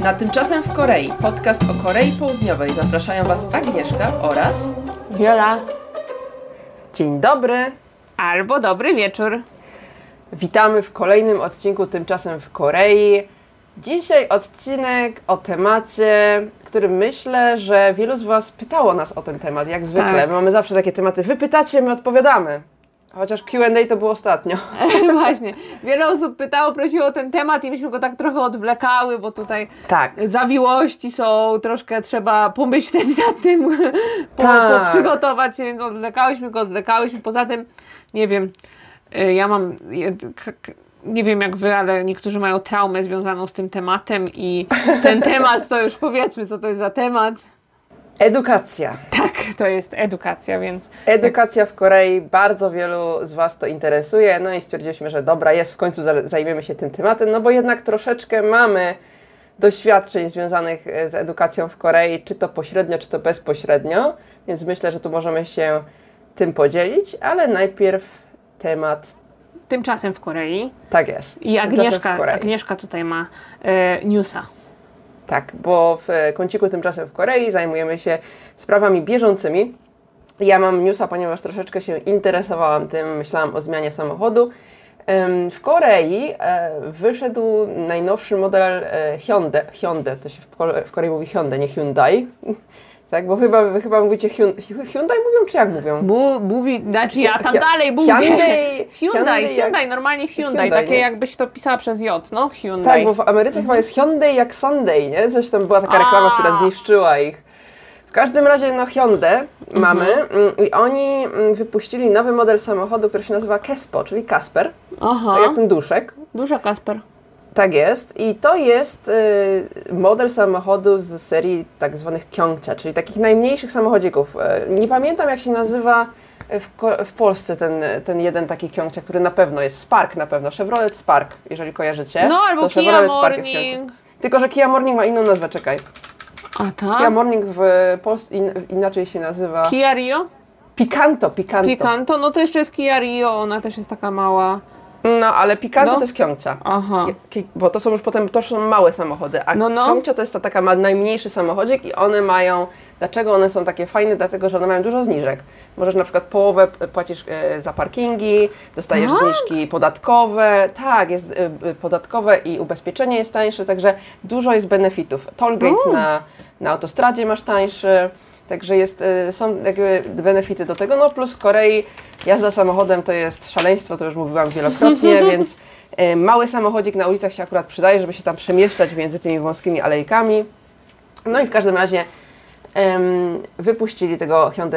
Na Tymczasem w Korei, podcast o Korei Południowej. Zapraszają Was Agnieszka oraz Wiola. Dzień dobry. Albo dobry wieczór. Witamy w kolejnym odcinku Tymczasem w Korei. Dzisiaj odcinek o temacie, który myślę, że wielu z Was pytało nas o ten temat, jak zwykle. Tak. My mamy zawsze takie tematy, wy pytacie, my odpowiadamy. Chociaż Q&A to było ostatnio. Właśnie. Wiele osób pytało, prosiło o ten temat i myśmy go tak trochę odwlekały, bo tutaj zawiłości są, troszkę trzeba pomyśleć nad tym, poprzygotować się, więc odwlekałyśmy. Poza tym, nie wiem, ja mam... Nie wiem jak wy, ale niektórzy mają traumę związaną z tym tematem i ten temat to już powiedzmy, co to jest za temat. Edukacja. Tak, to jest edukacja, więc... Edukacja w Korei, bardzo wielu z Was to interesuje, no i stwierdziliśmy, że dobra, w końcu zajmiemy się tym tematem, no bo jednak troszeczkę mamy doświadczeń związanych z edukacją w Korei, czy to pośrednio, czy to bezpośrednio, więc myślę, że tu możemy się tym podzielić, ale najpierw temat... Tymczasem w Korei. Tak jest. I Agnieszka tutaj ma newsa. Tak, bo w kąciku Tymczasem w Korei zajmujemy się sprawami bieżącymi. Ja mam newsa, ponieważ troszeczkę się interesowałam tym, myślałam o zmianie samochodu. W Korei wyszedł najnowszy model Hyundai, to się w Korei mówi Hyundai, nie Hyundai. Tak, bo chyba mówicie Hyundai mówią, czy jak mówią? Ja tam dalej mówię. Hyundai, normalnie Hyundai, takie nie? Jakbyś to pisała przez J, no Hyundai. Tak, bo w Ameryce chyba jest Hyundai jak Sunday, nie? Coś tam była taka reklama, która zniszczyła ich. W każdym razie, no Hyundai mamy i oni wypuścili nowy model samochodu, który się nazywa Kespo, czyli Kasper. Tak jak ten duszek. Dużo Kasper. Tak jest i to jest model samochodu z serii tak zwanych Kyongcha, czyli takich najmniejszych samochodzików. Nie pamiętam jak się nazywa w Polsce ten jeden taki Kyongcha, który na pewno jest Spark na pewno, Chevrolet Spark, jeżeli kojarzycie. No albo to Kia Chevrolet Morning. Spark jest Kyongcha. Tylko że Kia Morning ma inną nazwę, czekaj. A tak? Kia Morning w Polsce inaczej się nazywa... Kia Rio? Picanto, no to jeszcze jest Kia Rio, ona też jest taka mała. No, ale Picanto to jest Kyongcha. Aha. Bo to są już potem, to są małe samochody, a Kyongcha to jest taka najmniejszy samochodzik i one mają, dlaczego one są takie fajne? Dlatego, że one mają dużo zniżek. Możesz na przykład połowę płacisz za parkingi, dostajesz zniżki podatkowe, tak, jest podatkowe i ubezpieczenie jest tańsze, także dużo jest benefitów. Tollgate na autostradzie masz tańszy. Także są jakby benefity do tego, no plus w Korei jazda samochodem to jest szaleństwo, to już mówiłam wielokrotnie, więc mały samochodzik na ulicach się akurat przydaje, żeby się tam przemieszczać między tymi wąskimi alejkami. No i w każdym razie wypuścili tego Hyundai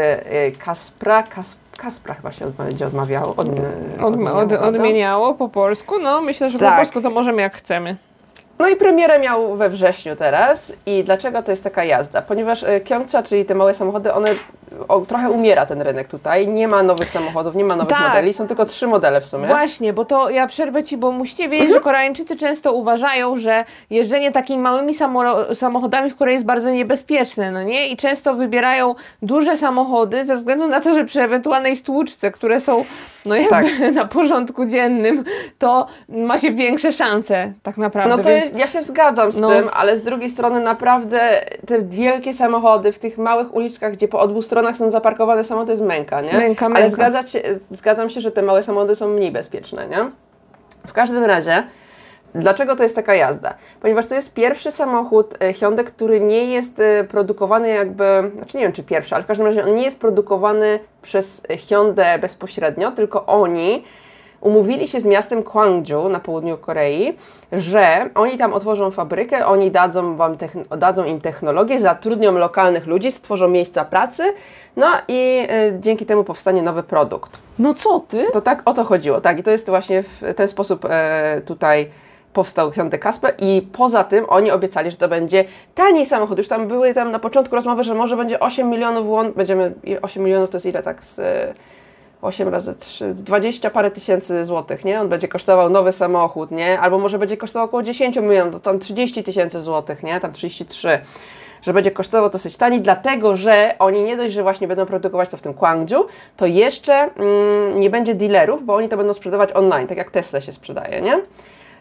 Kaspra chyba się będzie odmawiało. Odmieniało po polsku, no myślę, że tak. Po polsku to możemy jak chcemy. No i premierę miał we wrześniu teraz. I dlaczego to jest taka jazda? Ponieważ Kyongcha, czyli te małe samochody, trochę umiera ten rynek tutaj. Nie ma nowych samochodów, nie ma nowych modeli. Są tylko 3 modele w sumie. Właśnie, bo to ja przerwę Ci, bo musicie wiedzieć, że Koreańczycy często uważają, że jeżdżenie takimi małymi samochodami w Korei jest bardzo niebezpieczne, no nie? I często wybierają duże samochody ze względu na to, że przy ewentualnej stłuczce, które są na porządku dziennym, to ma się większe szanse tak naprawdę. No to ja się zgadzam z tym, ale z drugiej strony naprawdę te wielkie samochody w tych małych uliczkach, gdzie po obu stronach są zaparkowane samochody, to jest męka, nie? Męka. Ale zgadzam się, że te małe samochody są mniej bezpieczne, nie? W każdym razie, dlaczego to jest taka jazda? Ponieważ to jest pierwszy samochód Hyundai, który nie jest produkowany nie wiem czy pierwszy, ale w każdym razie on nie jest produkowany przez Hyundai bezpośrednio, tylko oni umówili się z miastem Gwangju na południu Korei, że oni tam otworzą fabrykę, oni dadzą im technologię, zatrudnią lokalnych ludzi, stworzą miejsca pracy, no i dzięki temu powstanie nowy produkt. No co ty? To tak o to chodziło, tak, i to jest właśnie w ten sposób tutaj powstał Hyundai Kasper i poza tym oni obiecali, że to będzie tani samochód. Już tam były na początku rozmowy, że może będzie 8 milionów 8 milionów to jest ile tak z 8 razy 3, 20 parę tysięcy złotych, nie? On będzie kosztował nowy samochód, nie? Albo może będzie kosztował około 10 milionów, to tam 30 tysięcy złotych, nie? Tam 33. Że będzie kosztował dosyć tani, dlatego że oni nie dość, że właśnie będą produkować to w tym Gwangju, to jeszcze nie będzie dealerów, bo oni to będą sprzedawać online, tak jak Tesla się sprzedaje, nie?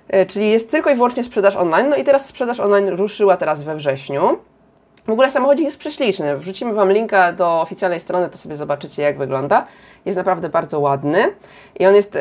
czyli jest tylko i wyłącznie sprzedaż online. No i teraz sprzedaż online ruszyła teraz we wrześniu. W ogóle samochodzik jest prześliczny. Wrzucimy Wam linka do oficjalnej strony, to sobie zobaczycie, jak wygląda. Jest naprawdę bardzo ładny i on jest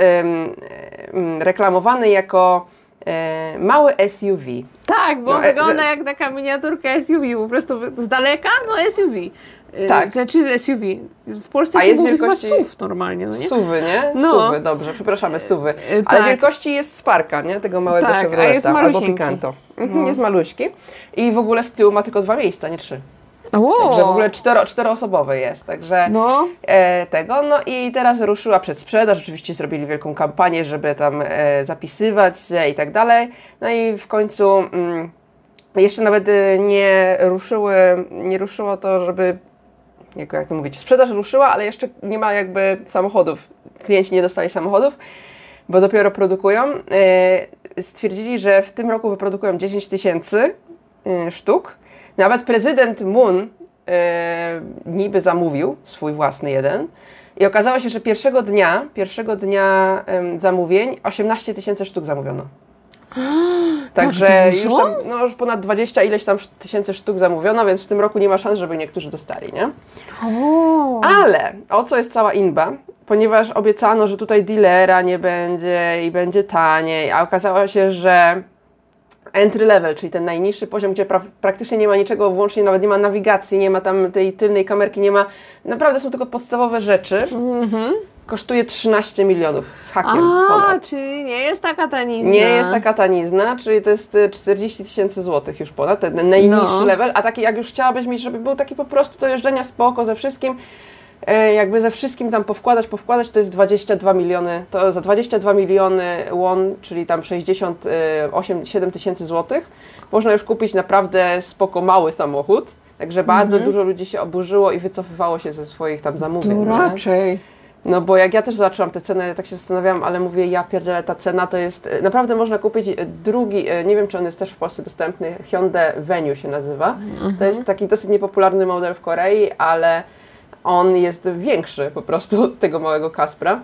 reklamowany jako mały SUV. Tak, bo wygląda jak taka miniaturka SUV, po prostu z daleka, no SUV. Tak. Znaczy SUV. W Polsce się mówi wielkości SUV normalnie, no nie? SUVy, nie? No. SUVy, dobrze, przepraszamy, SUVy. Ale tak. Wielkości jest Sparka, nie? Tego małego Chevroleta albo Picanto. Jest maluśki. I w ogóle z tyłu ma tylko 2 miejsca, nie 3. Także w ogóle czteroosobowy jest, także tego. No i teraz ruszyła przedsprzedaż, oczywiście zrobili wielką kampanię, żeby tam zapisywać się i tak dalej. No i w końcu jeszcze nawet nie ruszyło to, żeby, jak to mówić, sprzedaż ruszyła, ale jeszcze nie ma jakby samochodów. Klienci nie dostali samochodów, bo dopiero produkują. Stwierdzili, że w tym roku wyprodukują 10 000 sztuk. Nawet prezydent Moon niby zamówił swój własny jeden i okazało się, że pierwszego dnia zamówień 18 000 sztuk zamówiono. Także już tam, już ponad 20 ileś tam tysięcy sztuk zamówiono, więc w tym roku nie ma szans, żeby niektórzy dostali, nie? Ale o co jest cała inba? Ponieważ obiecano, że tutaj dealera nie będzie i będzie taniej, a okazało się, że entry level, czyli ten najniższy poziom, gdzie praktycznie nie ma niczego, włącznie nawet nie ma nawigacji, nie ma tam tej tylnej kamerki, nie ma, naprawdę są tylko podstawowe rzeczy, kosztuje 13 milionów z hakiem ponad. Czyli nie jest taka tanizna. Nie jest taka tanizna, czyli to jest 40 000 złotych już ponad, ten najniższy level, a taki jak już chciałabyś mieć, żeby był taki po prostu do jeżdżenia spoko ze wszystkim, jakby ze wszystkim tam powkładać, to jest 22 miliony, to za 22 miliony won, czyli tam 7 tysięcy złotych, można już kupić naprawdę spoko mały samochód, także bardzo dużo ludzi się oburzyło i wycofywało się ze swoich tam zamówień. No raczej. No bo jak ja też zobaczyłam tę cenę, tak się zastanawiałam, ale mówię, ja pierdzielę, ta cena to jest, naprawdę można kupić drugi, nie wiem czy on jest też w Polsce dostępny, Hyundai Venue się nazywa. To jest taki dosyć niepopularny model w Korei, ale on jest większy po prostu od tego małego Caspra,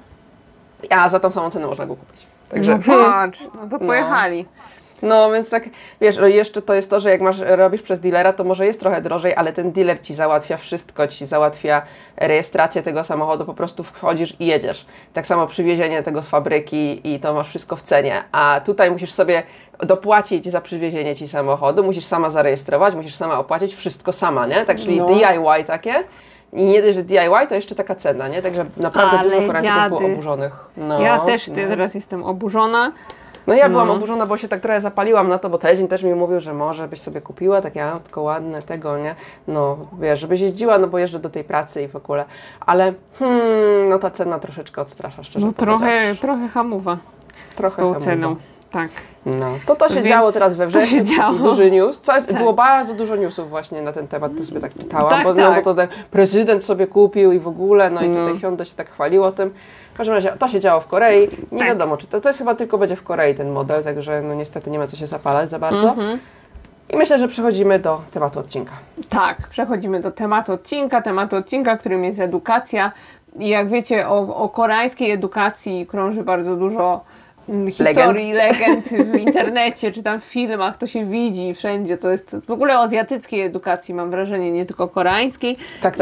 a za tą samą cenę można go kupić. Także patrz, no to pojechali. No więc tak, wiesz, jeszcze to jest to, że jak robisz przez dealera, to może jest trochę drożej, ale ten dealer Ci załatwia wszystko, Ci załatwia rejestrację tego samochodu, po prostu wchodzisz i jedziesz. Tak samo przywiezienie tego z fabryki i to masz wszystko w cenie, a tutaj musisz sobie dopłacić za przywiezienie Ci samochodu, musisz sama zarejestrować, musisz sama opłacić, wszystko sama, nie? Tak, czyli DIY takie. I nie dość, że DIY, to jeszcze taka cena, nie? Także naprawdę dużo Koreańczyków było oburzonych. Ja też teraz jestem oburzona. No ja byłam oburzona, bo się tak trochę zapaliłam na to, bo Tezin też mi mówił, że może byś sobie kupiła takie autko ładne, tego, nie? No wiesz, żebyś jeździła, no bo jeżdżę do tej pracy i w ogóle. Ale no ta cena troszeczkę odstrasza, szczerze powiedziawszy. Trochę hamowa. Trochę z tą ceną. Tak. No, to się działo teraz we wrześniu, duży news. Było bardzo dużo newsów właśnie na ten temat, to sobie tak czytałam, bo to prezydent sobie kupił i w ogóle, no i tutaj Hyundai się tak chwaliło tym. W każdym razie to się działo w Korei, nie wiadomo, czy to jest chyba tylko będzie w Korei ten model, także no niestety nie ma co się zapalać za bardzo. I myślę, że przechodzimy do tematu odcinka. Tak, przechodzimy do tematu odcinka, którym jest edukacja. I jak wiecie, o koreańskiej edukacji krąży bardzo dużo historii, legend w internecie, czy tam w filmach, to się widzi wszędzie, to jest w ogóle o azjatyckiej edukacji, mam wrażenie, nie tylko koreańskiej. Tak.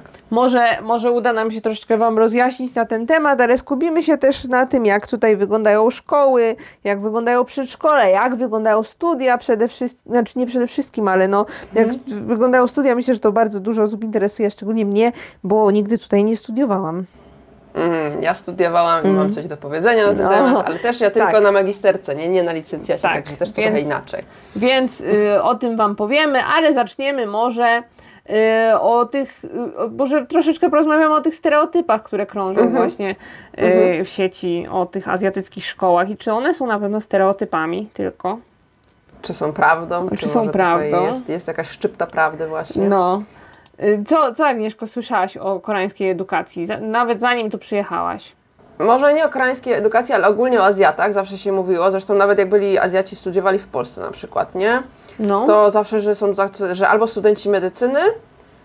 Może uda nam się troszeczkę Wam rozjaśnić na ten temat, ale skupimy się też na tym, jak tutaj wyglądają szkoły, jak wyglądają przedszkole, jak wyglądają studia przede wszystkim, znaczy nie przede wszystkim, ale jak wyglądają studia, myślę, że to bardzo dużo osób interesuje, szczególnie mnie, bo nigdy tutaj nie studiowałam. Ja studiowałam i mam coś do powiedzenia na ten temat, ale też ja tylko na magisterce, nie na licencjacie, także też to trochę inaczej. Więc o tym Wam powiemy, ale zaczniemy może może troszeczkę porozmawiamy o tych stereotypach, które krążą właśnie w sieci, o tych azjatyckich szkołach i czy one są na pewno stereotypami tylko. Czy są prawdą? Czy są prawdą? Jest jakaś szczypta prawdy właśnie? No. Co Agnieszko, słyszałaś o koreańskiej edukacji, nawet zanim tu przyjechałaś? Może nie o koreańskiej edukacji, ale ogólnie o Azjatach zawsze się mówiło, zresztą nawet jak byli Azjaci studiowali w Polsce na przykład, nie? To zawsze, że albo studenci medycyny,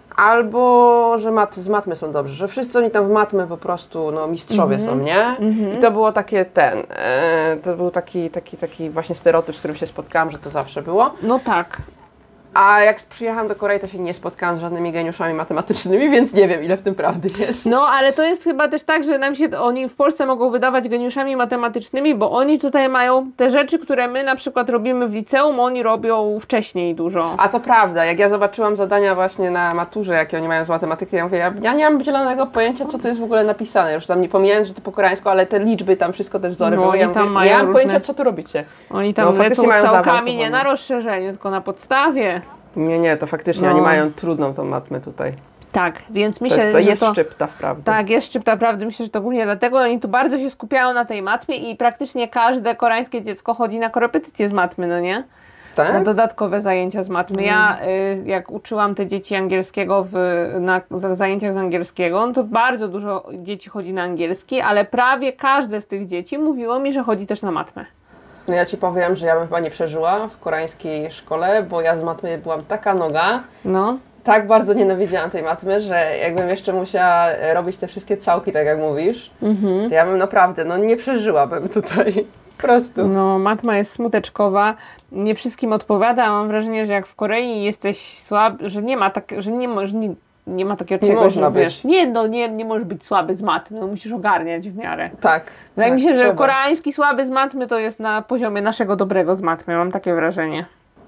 Albo, że z matmy są dobrzy, że wszyscy oni tam w matmy po prostu mistrzowie są, nie? I to było takie to był taki właśnie stereotyp, z którym się spotkałam, że to zawsze było. No tak. A jak przyjechałam do Korei, to się nie spotkałam z żadnymi geniuszami matematycznymi, więc nie wiem, ile w tym prawdy jest. No, ale to jest chyba też tak, że oni w Polsce mogą wydawać geniuszami matematycznymi, bo oni tutaj mają te rzeczy, które my na przykład robimy w liceum, oni robią wcześniej dużo. A to prawda, jak ja zobaczyłam zadania właśnie na maturze, jakie oni mają z matematyki, ja mówię, ja nie mam zielonego pojęcia, co to jest w ogóle napisane. Już tam nie pomijając, że to po koreańsku, ale te liczby, tam wszystko, te wzory były. Ja mówię, nie mam pojęcia, co tu robicie. Oni tam lecą z całkami nie na rozszerzeniu, tylko na podstawie. Nie, to faktycznie oni mają trudną tą matmę tutaj. Tak, więc myślę, że to jest szczypta wprawdzie. Tak, jest szczypta prawdy. Myślę, że to głównie dlatego oni tu bardzo się skupiają na tej matmie i praktycznie każde koreańskie dziecko chodzi na korepetycje z matmy, no nie? Tak? Na dodatkowe zajęcia z matmy. Ja jak uczyłam te dzieci angielskiego na zajęciach z angielskiego, no to bardzo dużo dzieci chodzi na angielski, ale prawie każde z tych dzieci mówiło mi, że chodzi też na matmę. No ja Ci powiem, że ja bym chyba nie przeżyła w koreańskiej szkole, bo ja z matmy byłam taka noga. No. Tak bardzo nienawidziłam tej matmy, że jakbym jeszcze musiała robić te wszystkie całki, tak jak mówisz, to ja bym naprawdę, nie przeżyłabym tutaj. Po prostu. No, matma jest smuteczkowa, nie wszystkim odpowiada, a mam wrażenie, że jak w Korei jesteś słaby, że nie ma nie ma takiego czegoś, że wiesz, nie możesz być słaby z matmy, musisz ogarniać w miarę. Tak. Wydaje mi się, że koreański słaby z matmy to jest na poziomie naszego dobrego z matmy, mam takie wrażenie.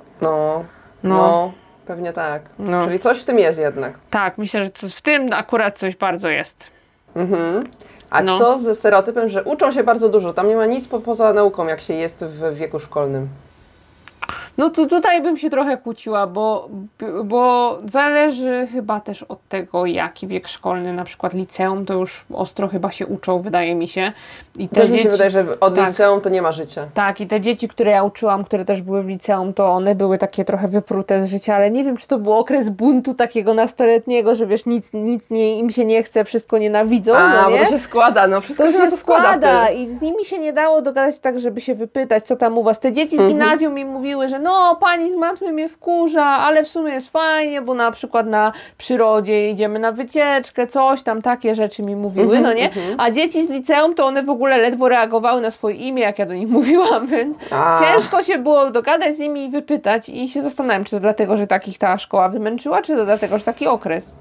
No, pewnie tak. No. Czyli coś w tym jest jednak. Tak, myślę, że w tym akurat coś bardzo jest. A co ze stereotypem, że uczą się bardzo dużo, tam nie ma nic poza nauką, jak się jest w wieku szkolnym? No to tutaj bym się trochę kłóciła, bo zależy chyba też od tego, jaki wiek szkolny, na przykład liceum, to już ostro chyba się uczą, wydaje mi się. I te też mi się wydaje, że od liceum to nie ma życia. Tak, i te dzieci, które ja uczyłam, które też były w liceum, to one były takie trochę wyprute z życia, ale nie wiem, czy to był okres buntu takiego nastoletniego, że wiesz, nic im się nie chce, wszystko nienawidzą. Bo to się składa, wszystko się składa i z nimi się nie dało dogadać tak, żeby się wypytać, co tam u was. Te dzieci z gimnazjum mi mówiły, że pani z matmy mnie wkurza, ale w sumie jest fajnie, bo na przykład na przyrodzie idziemy na wycieczkę, coś tam, takie rzeczy mi mówiły, no nie? A dzieci z liceum to one w ogóle ledwo reagowały na swoje imię, jak ja do nich mówiłam, więc ciężko się było dogadać z nimi i wypytać i się zastanawiam, czy to dlatego, że takich ta szkoła wymęczyła, czy to dlatego, że taki okres.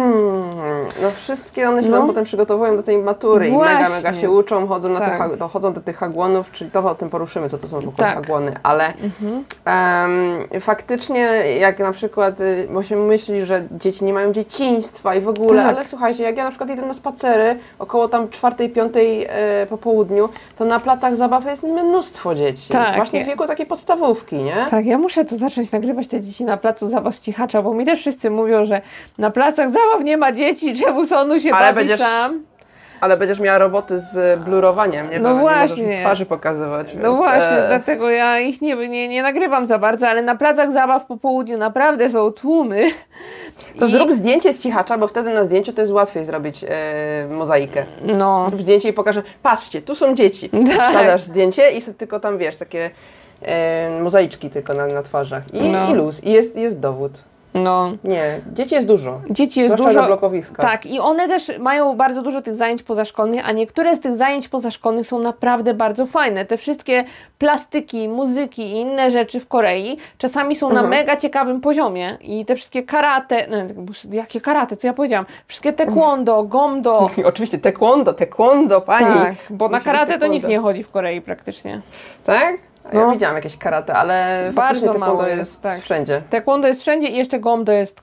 Wszystkie one się tam potem przygotowują do tej matury i mega się uczą, chodzą do tych hagłonów, czyli to o tym poruszymy, co to są w ogóle hagłony, ale faktycznie jak na przykład, bo się myśli, że dzieci nie mają dzieciństwa i w ogóle, ale słuchajcie, jak ja na przykład idę na spacery około tam 4-5 po południu, to na placach zabaw jest mnóstwo dzieci, właśnie w wieku takiej podstawówki, nie? Tak, ja muszę to zacząć nagrywać te dzieci na placu zabaw z Cichacza, bo mi też wszyscy mówią, że na placach zabaw nie ma dzieci, czemu Sonu się bawi sam? Ale będziesz miała roboty z blurowaniem, nie? No właśnie. Nie możesz twarzy pokazywać. No więc, właśnie, dlatego ja ich nie nagrywam za bardzo, ale na placach zabaw po południu naprawdę są tłumy. To zrób zdjęcie z Cichacza, bo wtedy na zdjęciu to jest łatwiej zrobić mozaikę. No. Zrób zdjęcie i pokażę, patrzcie, tu są dzieci. Wstawiasz zdjęcie i tylko tam, wiesz, takie mozaiczki tylko na twarzach. I luz. I jest dowód. No. Nie, dzieci jest dużo. Dzieci jest zwłaszcza dużo. na blokowiskach. Tak, i one też mają bardzo dużo tych zajęć pozaszkolnych, a niektóre z tych zajęć pozaszkolnych są naprawdę bardzo fajne. Te wszystkie plastyki, muzyki i inne rzeczy w Korei czasami są na mega ciekawym poziomie. I te wszystkie karate, jakie karate, co ja powiedziałam? Wszystkie taekwondo, gomdo. Oczywiście taekwondo, pani. Tak, bo na karate to nikt nie chodzi w Korei praktycznie. Tak? Ja widziałam jakieś karate, ale faktycznie taekwondo jest wszędzie. Taekwondo jest wszędzie i jeszcze gomdo jest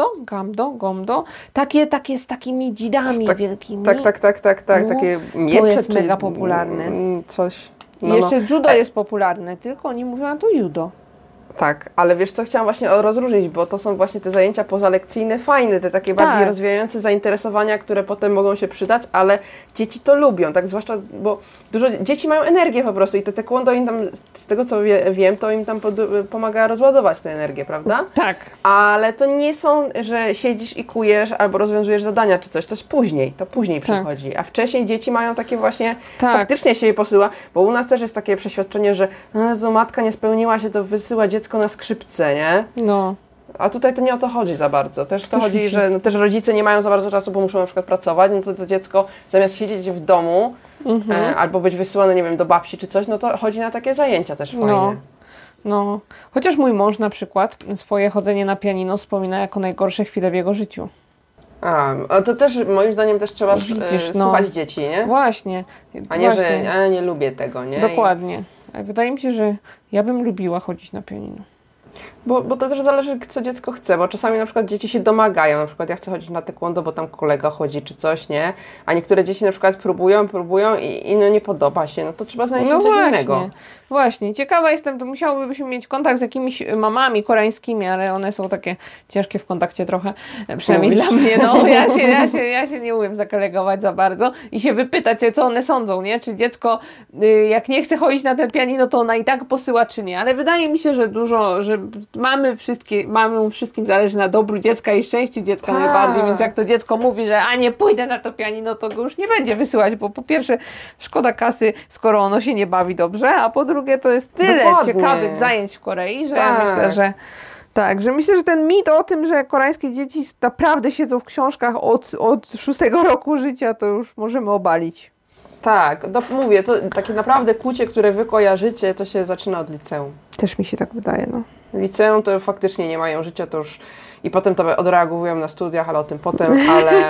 gomdo. Takie z takimi dzidami wielkimi. Tak. Takie miecze. To jest mega popularne. Coś. I jeszcze judo jest popularne, tylko oni mówią na to judo. Tak, ale wiesz co, chciałam właśnie rozróżnić, bo to są właśnie te zajęcia pozalekcyjne fajne, te takie bardziej rozwijające zainteresowania, które potem mogą się przydać, ale dzieci to lubią, tak zwłaszcza, bo dużo dzieci mają energię po prostu i te taekwondo im tam, z tego co wiem, to im tam pomaga rozładować tę energię, prawda? Tak. Ale to nie są, że siedzisz i kujesz albo rozwiązujesz zadania czy coś, to jest później, przychodzi, a wcześniej dzieci mają takie właśnie, faktycznie się je posyła, bo u nas też jest takie przeświadczenie, że matka nie spełniła się, to wysyła dziecko na skrzypce, nie? No. A tutaj to nie o to chodzi za bardzo. Też to chodzi, że no, też rodzice nie mają za bardzo czasu, bo muszą na przykład pracować, no to dziecko zamiast siedzieć w domu albo być wysyłane, nie wiem, do babci czy coś, no to chodzi na takie zajęcia też fajne. No, chociaż mój mąż na przykład swoje chodzenie na pianino wspomina jako najgorsze chwile w jego życiu. A to też moim zdaniem też trzeba słuchać dzieci, nie? Właśnie. A nie, że nie lubię tego, nie? Dokładnie. Wydaje mi się, że ja bym lubiła chodzić na pianino. Bo to też zależy, co dziecko chce, bo czasami na przykład dzieci się domagają, na przykład ja chcę chodzić na taekwondo, bo tam kolega chodzi czy coś, nie? A niektóre dzieci na przykład próbują i no nie podoba się, no to trzeba znaleźć coś innego. Właśnie, ciekawa jestem, to musiałybyśmy mieć kontakt z jakimiś mamami koreańskimi, ale one są takie ciężkie w kontakcie trochę, przynajmniej dla mnie, no ja się nie umiem zakalegować za bardzo i się wypytać, co one sądzą, nie? Czy dziecko jak nie chce chodzić na ten pianino, to ona i tak posyła, czy nie, ale wydaje mi się, że wszystkim zależy na dobru dziecka i szczęściu dziecka najbardziej, więc jak to dziecko mówi, że nie pójdę na to pianino, to go już nie będzie wysyłać, bo po pierwsze szkoda kasy, skoro ono się nie bawi dobrze, a po drugie to jest tyle ciekawych zajęć w Korei, że ja myślę, że myślę, że ten mit o tym, że koreańskie dzieci naprawdę siedzą w książkach od 6 roku życia, to już możemy obalić. Tak, mówię, to takie naprawdę kucie, które wy kojarzycie, to się zaczyna od liceum. Też mi się tak wydaje, no. W liceum to faktycznie nie mają życia, to już i potem to odreagowują na studiach, ale o tym potem, ale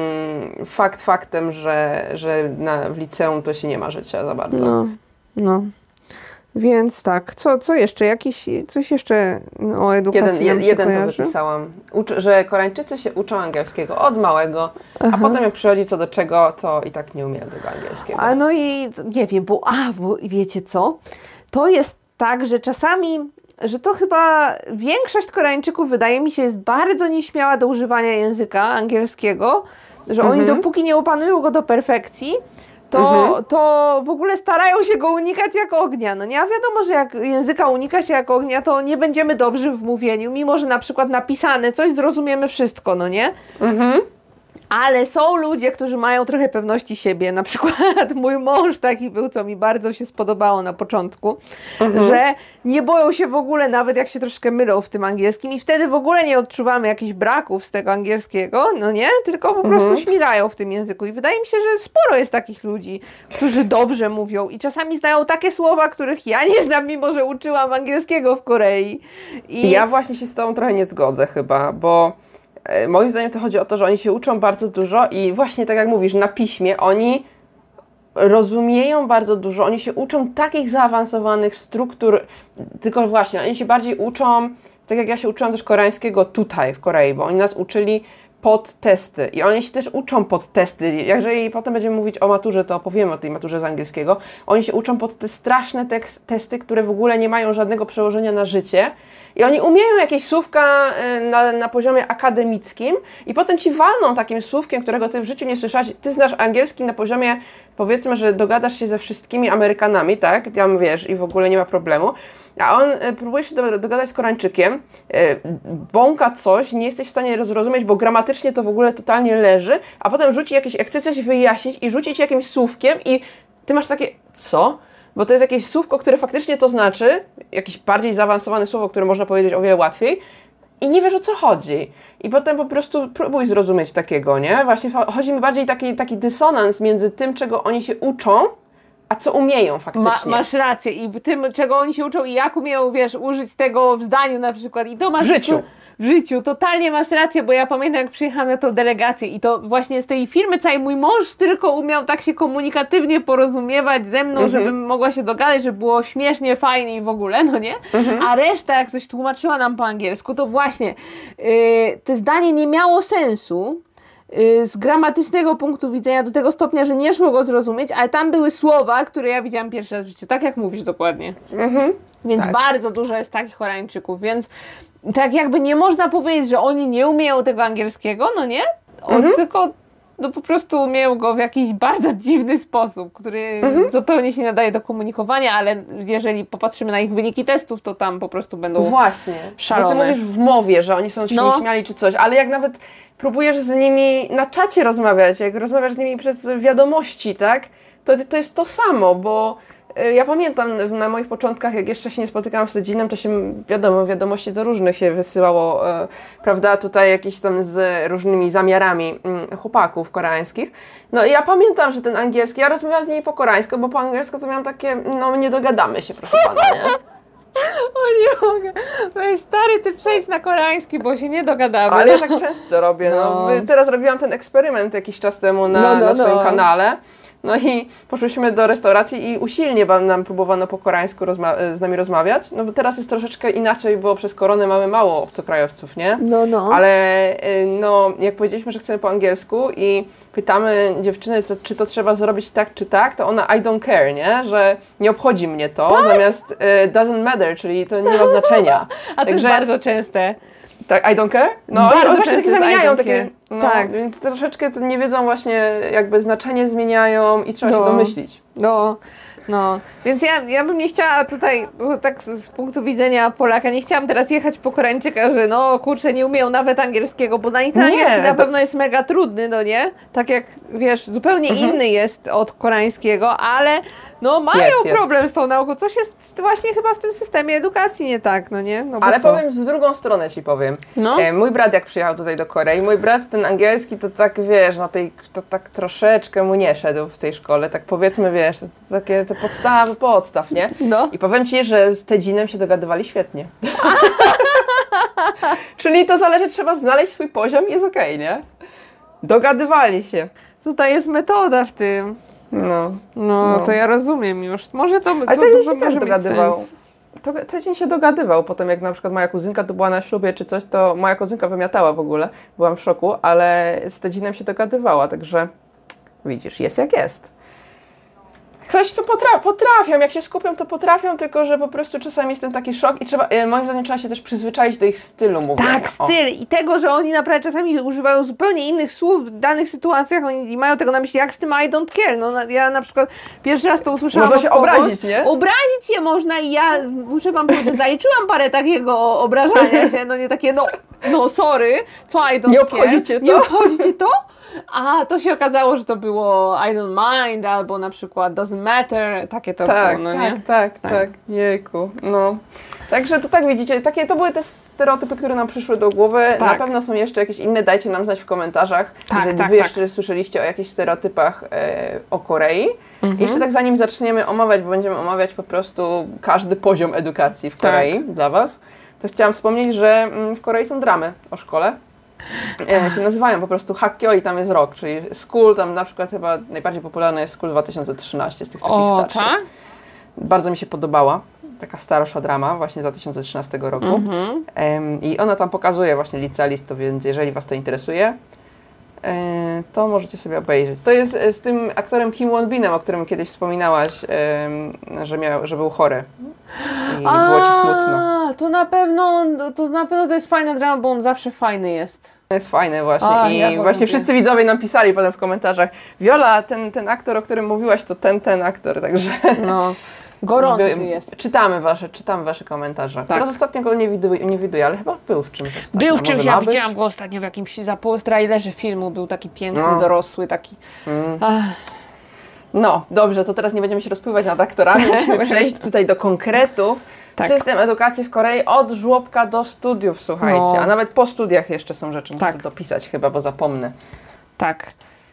faktem, że w liceum to się nie ma życia za bardzo. No. Więc tak, co jeszcze? Coś jeszcze o edukacji jeden to wypisałam, że Koreańczycy się uczą angielskiego od małego, a potem jak przychodzi co do czego, to i tak nie umieją tego angielskiego. A no i nie wiem, bo wiecie co? To jest tak, że czasami, że to chyba większość Koreańczyków, wydaje mi się, jest bardzo nieśmiała do używania języka angielskiego, że oni dopóki nie opanują go do perfekcji, to w ogóle starają się go unikać jak ognia. No nie, a wiadomo, że jak języka unika się jak ognia, to nie będziemy dobrzy w mówieniu, mimo że na przykład napisane coś zrozumiemy wszystko, no nie? Ale są ludzie, którzy mają trochę pewności siebie. Na przykład mój mąż taki był, co mi bardzo się spodobało na początku, że nie boją się w ogóle, nawet jak się troszkę mylą w tym angielskim i wtedy w ogóle nie odczuwamy jakichś braków z tego angielskiego, no nie? Tylko po prostu śmigają w tym języku. I wydaje mi się, że sporo jest takich ludzi, którzy dobrze mówią i czasami znają takie słowa, których ja nie znam, mimo że uczyłam angielskiego w Korei. I ja właśnie się z tobą trochę nie zgodzę chyba, bo moim zdaniem to chodzi o to, że oni się uczą bardzo dużo i właśnie tak jak mówisz, na piśmie oni rozumieją bardzo dużo, oni się uczą takich zaawansowanych struktur, tylko właśnie oni się bardziej uczą, tak jak ja się uczyłam też koreańskiego tutaj w Korei, bo oni nas uczyli pod testy i oni się też uczą pod testy. Jeżeli potem będziemy mówić o maturze, to opowiemy o tej maturze z angielskiego. Oni się uczą pod te straszne testy, które w ogóle nie mają żadnego przełożenia na życie i oni umieją jakieś słówka na poziomie akademickim i potem ci walną takim słówkiem, którego ty w życiu nie słyszałaś. Ty znasz angielski na poziomie, powiedzmy, że dogadasz się ze wszystkimi Amerykanami, tak? Tam wiesz i w ogóle nie ma problemu. A on próbuje się dogadać z Koreańczykiem, bąka coś, nie jesteś w stanie zrozumieć, bo gramatycznie to w ogóle totalnie leży, a potem rzuci jakieś, jak chce coś wyjaśnić i rzuci ci jakimś słówkiem i ty masz takie, co? Bo to jest jakieś słówko, które faktycznie to znaczy, jakieś bardziej zaawansowane słowo, które można powiedzieć o wiele łatwiej i nie wiesz, o co chodzi. I potem po prostu próbuj zrozumieć takiego, nie? Właśnie chodzi mi bardziej taki dysonans między tym, czego oni się uczą, a co umieją faktycznie. Masz rację i tym, czego oni się uczą i jak umieją, wiesz, użyć tego w zdaniu na przykład. I to masz w życiu, totalnie masz rację, bo ja pamiętam, jak przyjechałam na tą delegację i to właśnie z tej firmy całej mój mąż tylko umiał tak się komunikatywnie porozumiewać ze mną, żebym mogła się dogadać, żeby było śmiesznie, fajnie i w ogóle, no nie? A reszta, jak coś tłumaczyła nam po angielsku, to właśnie te zdanie nie miało sensu, z gramatycznego punktu widzenia do tego stopnia, że nie szło go zrozumieć, ale tam były słowa, które ja widziałam pierwszy raz w życiu, tak jak mówisz dokładnie. Więc bardzo dużo jest takich Koreańczyków, więc tak jakby nie można powiedzieć, że oni nie umieją tego angielskiego, no nie? Tylko po prostu umieją go w jakiś bardzo dziwny sposób, który zupełnie się nie nadaje do komunikowania, ale jeżeli popatrzymy na ich wyniki testów, to tam po prostu będą szalone. Bo ty mówisz w mowie, że oni są się nieśmiali czy coś, ale jak nawet próbujesz z nimi na czacie rozmawiać, jak rozmawiasz z nimi przez wiadomości, tak? To jest to samo, bo ja pamiętam na moich początkach, jak jeszcze się nie spotykałam z Sedzinem, to się, wiadomo, wiadomości do różnych się wysyłało, prawda, tutaj jakieś tam z różnymi zamiarami chłopaków koreańskich. No i ja pamiętam, że ten angielski, ja rozmawiałam z nimi po koreańsku, bo po angielsku to miałam takie, no nie dogadamy się, proszę pana, nie? O nie mogę. Weź stary, ty przejdź na koreański, bo się nie dogadamy. Ale ja tak często robię. No. Teraz robiłam ten eksperyment jakiś czas temu na swoim kanale. No i poszłyśmy do restauracji i usilnie nam próbowano po koreańsku z nami rozmawiać. No bo teraz jest troszeczkę inaczej, bo przez koronę mamy mało obcokrajowców, nie? Ale no, jak powiedzieliśmy, że chcemy po angielsku i pytamy dziewczyny, czy to trzeba zrobić tak czy tak, to ona I don't care, nie? Że nie obchodzi mnie to, zamiast doesn't matter, czyli to nie ma znaczenia. A to jest bardzo częste. Tak, I don't care? No, oni właśnie takie zamieniają, takie, tak. Więc troszeczkę nie wiedzą właśnie, jakby znaczenie zmieniają i trzeba się domyślić. Więc ja bym nie chciała tutaj, tak z punktu widzenia Polaka, nie chciałam teraz jechać po Koreańczyka, że kurczę, nie umieją nawet angielskiego, bo na nich ten angielski na pewno jest mega trudny, no nie? Tak jak, wiesz, zupełnie inny jest od koreańskiego, ale mają problem z tą nauką. Coś jest właśnie chyba w tym systemie edukacji nie tak, no nie? No ale powiem, z drugą stronę ci powiem. Mój brat jak przyjechał tutaj do Korei, mój brat ten angielski to tak, wiesz, to tak troszeczkę mu nie szedł w tej szkole, tak powiedzmy, wiesz, to takie te podstaw, nie? I powiem ci, że z Tedzinem się dogadywali świetnie. Czyli to zależy, trzeba znaleźć swój poziom i jest okej, nie? Dogadywali się. Tutaj jest metoda w tym. No to ja rozumiem już. Może to ale Tedzin się też dogadywał. Tedzin się dogadywał. Potem jak na przykład moja kuzynka tu była na ślubie czy coś, to moja kuzynka wymiatała w ogóle. Byłam w szoku, ale z Tedzinem się dogadywała, także widzisz, jest jak jest. Coś to potrafią, jak się skupią, to potrafią, tylko że po prostu czasami jest ten taki szok i trzeba, moim zdaniem trzeba się też przyzwyczaić do ich stylu mówienia. Tak, styl i tego, że oni naprawdę czasami używają zupełnie innych słów w danych sytuacjach, oni mają tego na myśli, jak z tym I don't care. No, ja na przykład pierwszy raz to usłyszałam. Można się obrazić, nie? Obrazić się można i ja muszę wam powiedzieć, że zaliczyłam parę takiego obrażania się, nie takie, sorry, co I don't care? Nie obchodzi cię to? Nie obchodzi cię to? A to się okazało, że to było I don't mind, albo na przykład doesn't matter, takie to było, nie? Tak, jejku, Także to tak widzicie, to były te stereotypy, które nam przyszły do głowy. Na pewno są jeszcze jakieś inne, dajcie nam znać w komentarzach, jeżeli wy jeszcze słyszeliście o jakichś stereotypach o Korei. Jeszcze tak zanim zaczniemy omawiać, bo będziemy omawiać po prostu każdy poziom edukacji w Korei dla was, to chciałam wspomnieć, że w Korei są dramy o szkole. Się nazywają po prostu Hakkyo i tam jest rok, czyli School, tam na przykład chyba najbardziej popularna jest School 2013 z tych takich starszych. Tak? Bardzo mi się podobała, taka starsza drama właśnie z 2013 roku i ona tam pokazuje właśnie licealistów, więc jeżeli was to interesuje, to możecie sobie obejrzeć. To jest z tym aktorem Kim Won-binem, o którym kiedyś wspominałaś, że był chory i było ci smutno. To na pewno to jest fajna drama, bo on zawsze fajny jest. Jest fajny właśnie i właśnie wszyscy widzowie nam pisali potem w komentarzach: Wiola, ten aktor, o którym mówiłaś, to ten aktor, także... Gorący jest. Czytamy wasze komentarze. Tak. Teraz ostatnio go nie widuję, ale chyba był w czymś ostatnio. Był w czymś, ja widziałam go ostatnio w jakimś trailerze filmu, był taki piękny, dorosły, taki... Dobrze, to teraz nie będziemy się rozpływać nad aktorami, musimy przejść tutaj do konkretów. Tak. System edukacji w Korei od żłobka do studiów, słuchajcie, a nawet po studiach jeszcze są rzeczy, muszę dopisać chyba, bo zapomnę. Tak,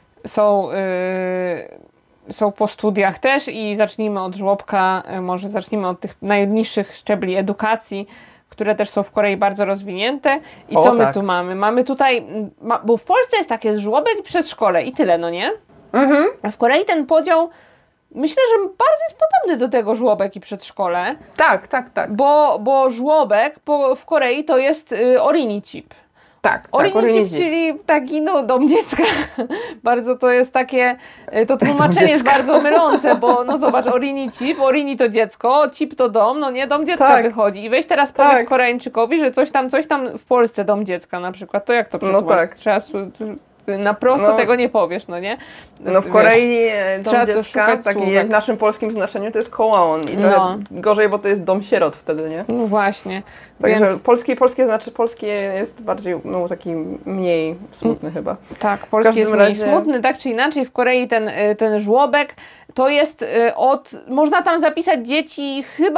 są po studiach też i zacznijmy od żłobka, może zacznijmy od tych najniższych szczebli edukacji, które też są w Korei bardzo rozwinięte. I co my tu mamy? Mamy tutaj, bo w Polsce jest takie żłobek i przedszkole i tyle, no nie? A w Korei ten podział, myślę, że bardzo jest podobny do tego żłobek i przedszkole. Tak. Bo żłobek w Korei to jest Orinichip. Tak, Orinichip, czyli taki dom dziecka. Bardzo to jest takie, to tłumaczenie jest bardzo mylące, bo zobacz, Orinichip, Orini to dziecko, chip to dom, dom dziecka wychodzi. I weź teraz powiedz Koreańczykowi, że coś tam w Polsce dom dziecka na przykład, to jak to przetłumaczyć? Trzeba na prosto tego nie powiesz, no nie? W Korei dom dziecka, taki jak w naszym polskim znaczeniu, to jest kołon i trochę gorzej, bo to jest dom sierot wtedy, nie? No właśnie. Także polskie jest bardziej, taki mniej smutny chyba. Tak, polski jest mniej smutny, tak czy inaczej. W Korei ten żłobek to jest można tam zapisać dzieci chyba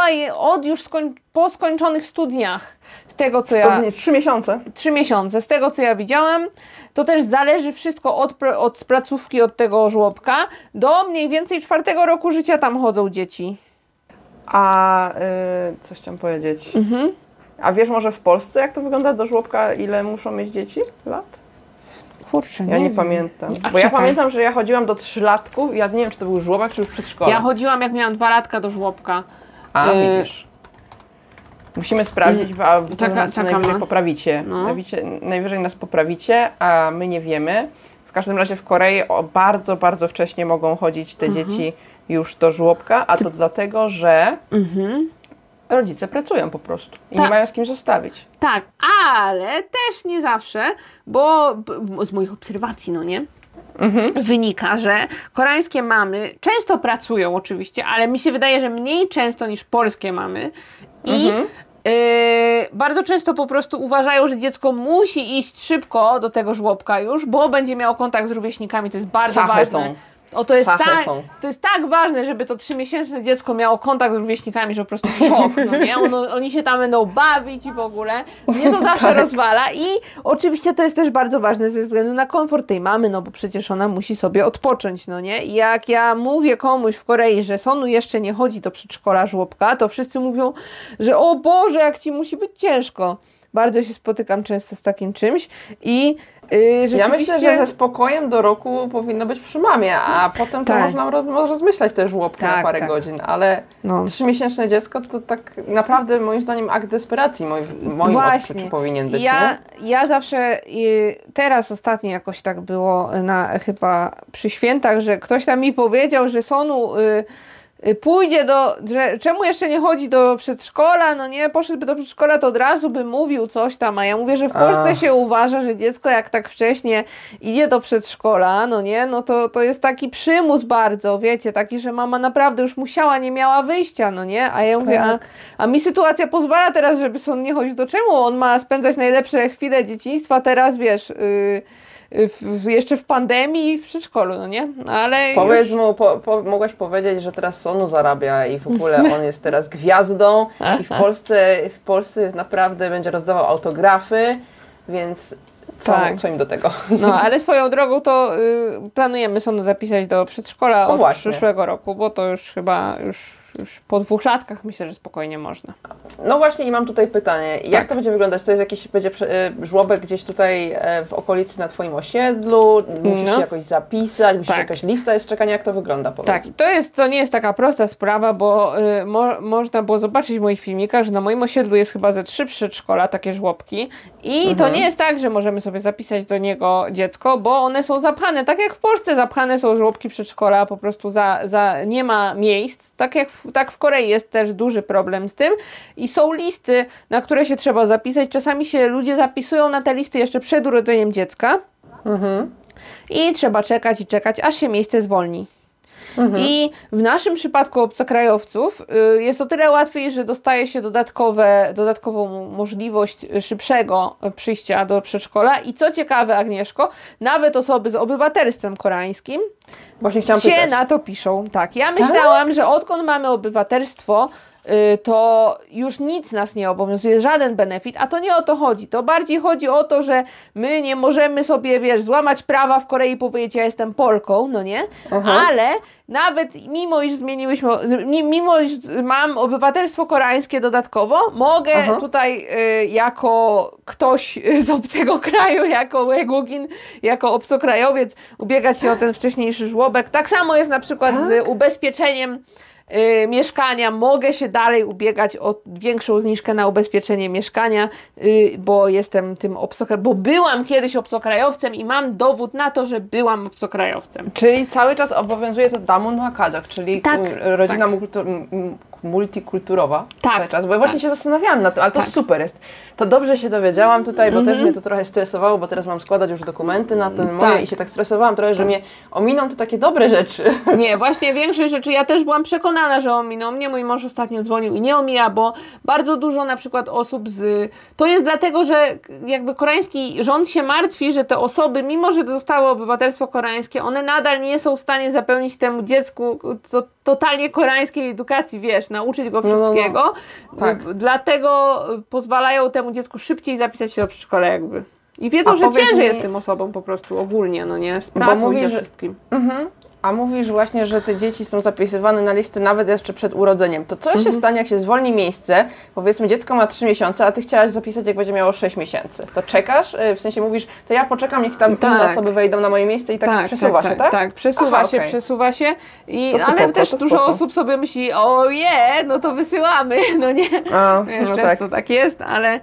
po skończonych studiach. Z tego co 3 miesiące. 3 miesiące, z tego co ja widziałam. To też zależy wszystko od placówki, od tego żłobka. Do mniej więcej 4 roku życia tam chodzą dzieci. A coś chciałam powiedzieć. A wiesz może w Polsce, jak to wygląda do żłobka, ile muszą mieć dzieci lat? Kurczę, ja nie pamiętam. Bo ja pamiętam, że ja chodziłam do 3-latków i ja nie wiem, czy to był żłobek, czy już przedszkole. Ja chodziłam, jak miałam 2 latka do żłobka. A, widzisz. Musimy sprawdzić, a nas najwyżej poprawicie. No. Najwyżej nas poprawicie, a my nie wiemy. W każdym razie w Korei bardzo, bardzo wcześnie mogą chodzić te dzieci już do żłobka, a to dlatego, że rodzice pracują po prostu i nie mają z kim zostawić. Tak, ale też nie zawsze, bo z moich obserwacji, no nie? Wynika, że koreańskie mamy często pracują oczywiście, ale mi się wydaje, że mniej często niż polskie mamy i bardzo często po prostu uważają, że dziecko musi iść szybko do tego żłobka już, bo będzie miało kontakt z rówieśnikami, to jest bardzo ważne. To jest tak ważne, żeby to 3-miesięczne dziecko miało kontakt z rówieśnikami, że po prostu szok, no nie? Oni się tam będą bawić i w ogóle. Mnie to zawsze rozwala i oczywiście to jest też bardzo ważne ze względu na komfort tej mamy, no bo przecież ona musi sobie odpocząć, no nie? I jak ja mówię komuś w Korei, że Sonu jeszcze nie chodzi do przedszkola, żłobka, to wszyscy mówią, że o Boże, jak ci musi być ciężko. Bardzo się spotykam często z takim czymś i ja myślę, że ze spokojem do roku powinno być przy mamie, a potem to można rozmyślać te żłobki na parę godzin, ale 3-miesięczne dziecko to tak naprawdę moim zdaniem akt desperacji moim odczuciu powinien być. Ja zawsze, teraz ostatnio jakoś tak było chyba przy świętach, że ktoś tam mi powiedział, że Sonu pójdzie że czemu jeszcze nie chodzi do przedszkola, no nie, poszedłby do przedszkola, to od razu by mówił coś tam, a ja mówię, że w Polsce się uważa, że dziecko jak tak wcześnie idzie do przedszkola, no nie, no to jest taki przymus bardzo, wiecie, taki, że mama naprawdę już nie miała wyjścia, no nie, a ja mówię, a mi sytuacja pozwala teraz, żeby Son nie chodził, to czemu on ma spędzać najlepsze chwile dzieciństwa teraz, wiesz, jeszcze w pandemii i w przedszkolu, no nie? Ale powiedz mu, mogłaś powiedzieć, że teraz Sonu zarabia i w ogóle on jest teraz gwiazdą i w Polsce jest naprawdę, będzie rozdawał autografy, więc co im do tego? No, ale swoją drogą to planujemy Sonu zapisać do przedszkola od przyszłego roku, bo to już chyba już po 2 latkach myślę, że spokojnie można. No właśnie i mam tutaj pytanie. Jak to będzie wyglądać? To jest jakiś żłobek gdzieś tutaj w okolicy na Twoim osiedlu? Musisz się jakoś zapisać? Musisz jakaś lista jest czekania? Jak to wygląda? Powiedz. Tak, to nie jest taka prosta sprawa, bo można było zobaczyć w moich filmikach, że na moim osiedlu jest chyba ze 3 przedszkola, takie żłobki i to nie jest tak, że możemy sobie zapisać do niego dziecko, bo one są zapchane, tak jak w Polsce zapchane są żłobki przedszkola, po prostu nie ma miejsc, tak w Korei jest też duży problem z tym i są listy, na które się trzeba zapisać. Czasami się ludzie zapisują na te listy jeszcze przed urodzeniem dziecka i trzeba czekać i czekać, aż się miejsce zwolni. I w naszym przypadku obcokrajowców jest o tyle łatwiej, że dostaje się dodatkową możliwość szybszego przyjścia do przedszkola i co ciekawe, Agnieszko, nawet osoby z obywatelstwem koreańskim właśnie chciałam pytać. Na to piszą. Tak, ja myślałam, że odkąd mamy obywatelstwo, to już nic nas nie obowiązuje, żaden benefit, a to nie o to chodzi. To bardziej chodzi o to, że my nie możemy sobie, wiesz, złamać prawa w Korei i powiedzieć, ja jestem Polką, no nie? Ale nawet mimo iż mam obywatelstwo koreańskie dodatkowo, mogę tutaj jako ktoś z obcego kraju, jako Wegugin, jako obcokrajowiec ubiegać się o ten wcześniejszy żłobek. Tak samo jest na przykład z ubezpieczeniem mieszkania, mogę się dalej ubiegać o większą zniżkę na ubezpieczenie mieszkania, bo jestem tym bo byłam kiedyś obcokrajowcem i mam dowód na to, że byłam obcokrajowcem. Czyli cały czas obowiązuje to Damun Hakajak, czyli rodzina multikulturowa cały czas, bo ja właśnie się zastanawiałam nad tym, ale to super jest. To dobrze się dowiedziałam tutaj, bo też mnie to trochę stresowało, bo teraz mam składać już dokumenty na ten moje i się tak stresowałam trochę, że mnie ominą te takie dobre rzeczy. Nie, właśnie większość rzeczy, ja też byłam przekonana, że ominą mnie. Mój mąż ostatnio dzwonił i nie omija, bo bardzo dużo na przykład osób to jest dlatego, że jakby koreański rząd się martwi, że te osoby, mimo że dostały obywatelstwo koreańskie, one nadal nie są w stanie zapełnić temu dziecku totalnie koreańskiej edukacji, wiesz, nauczyć go wszystkiego. Tak. Dlatego pozwalają temu dziecku szybciej zapisać się do przedszkola jakby. I wiedzą, że ciężej jest tym osobom po prostu ogólnie, no nie? Z pracą i ze wszystkim. A mówisz właśnie, że te dzieci są zapisywane na listy nawet jeszcze przed urodzeniem. To co się stanie, jak się zwolni miejsce? Powiedzmy, dziecko ma 3 miesiące, a ty chciałaś zapisać, jak będzie miało 6 miesięcy. To czekasz? W sensie mówisz, to ja poczekam, niech tam inne osoby wejdą na moje miejsce i tak przesuwa się, tak? Tak, przesuwa się. Ale też dużo osób sobie myśli, no to wysyłamy, no nie? Wiesz, często tak jest,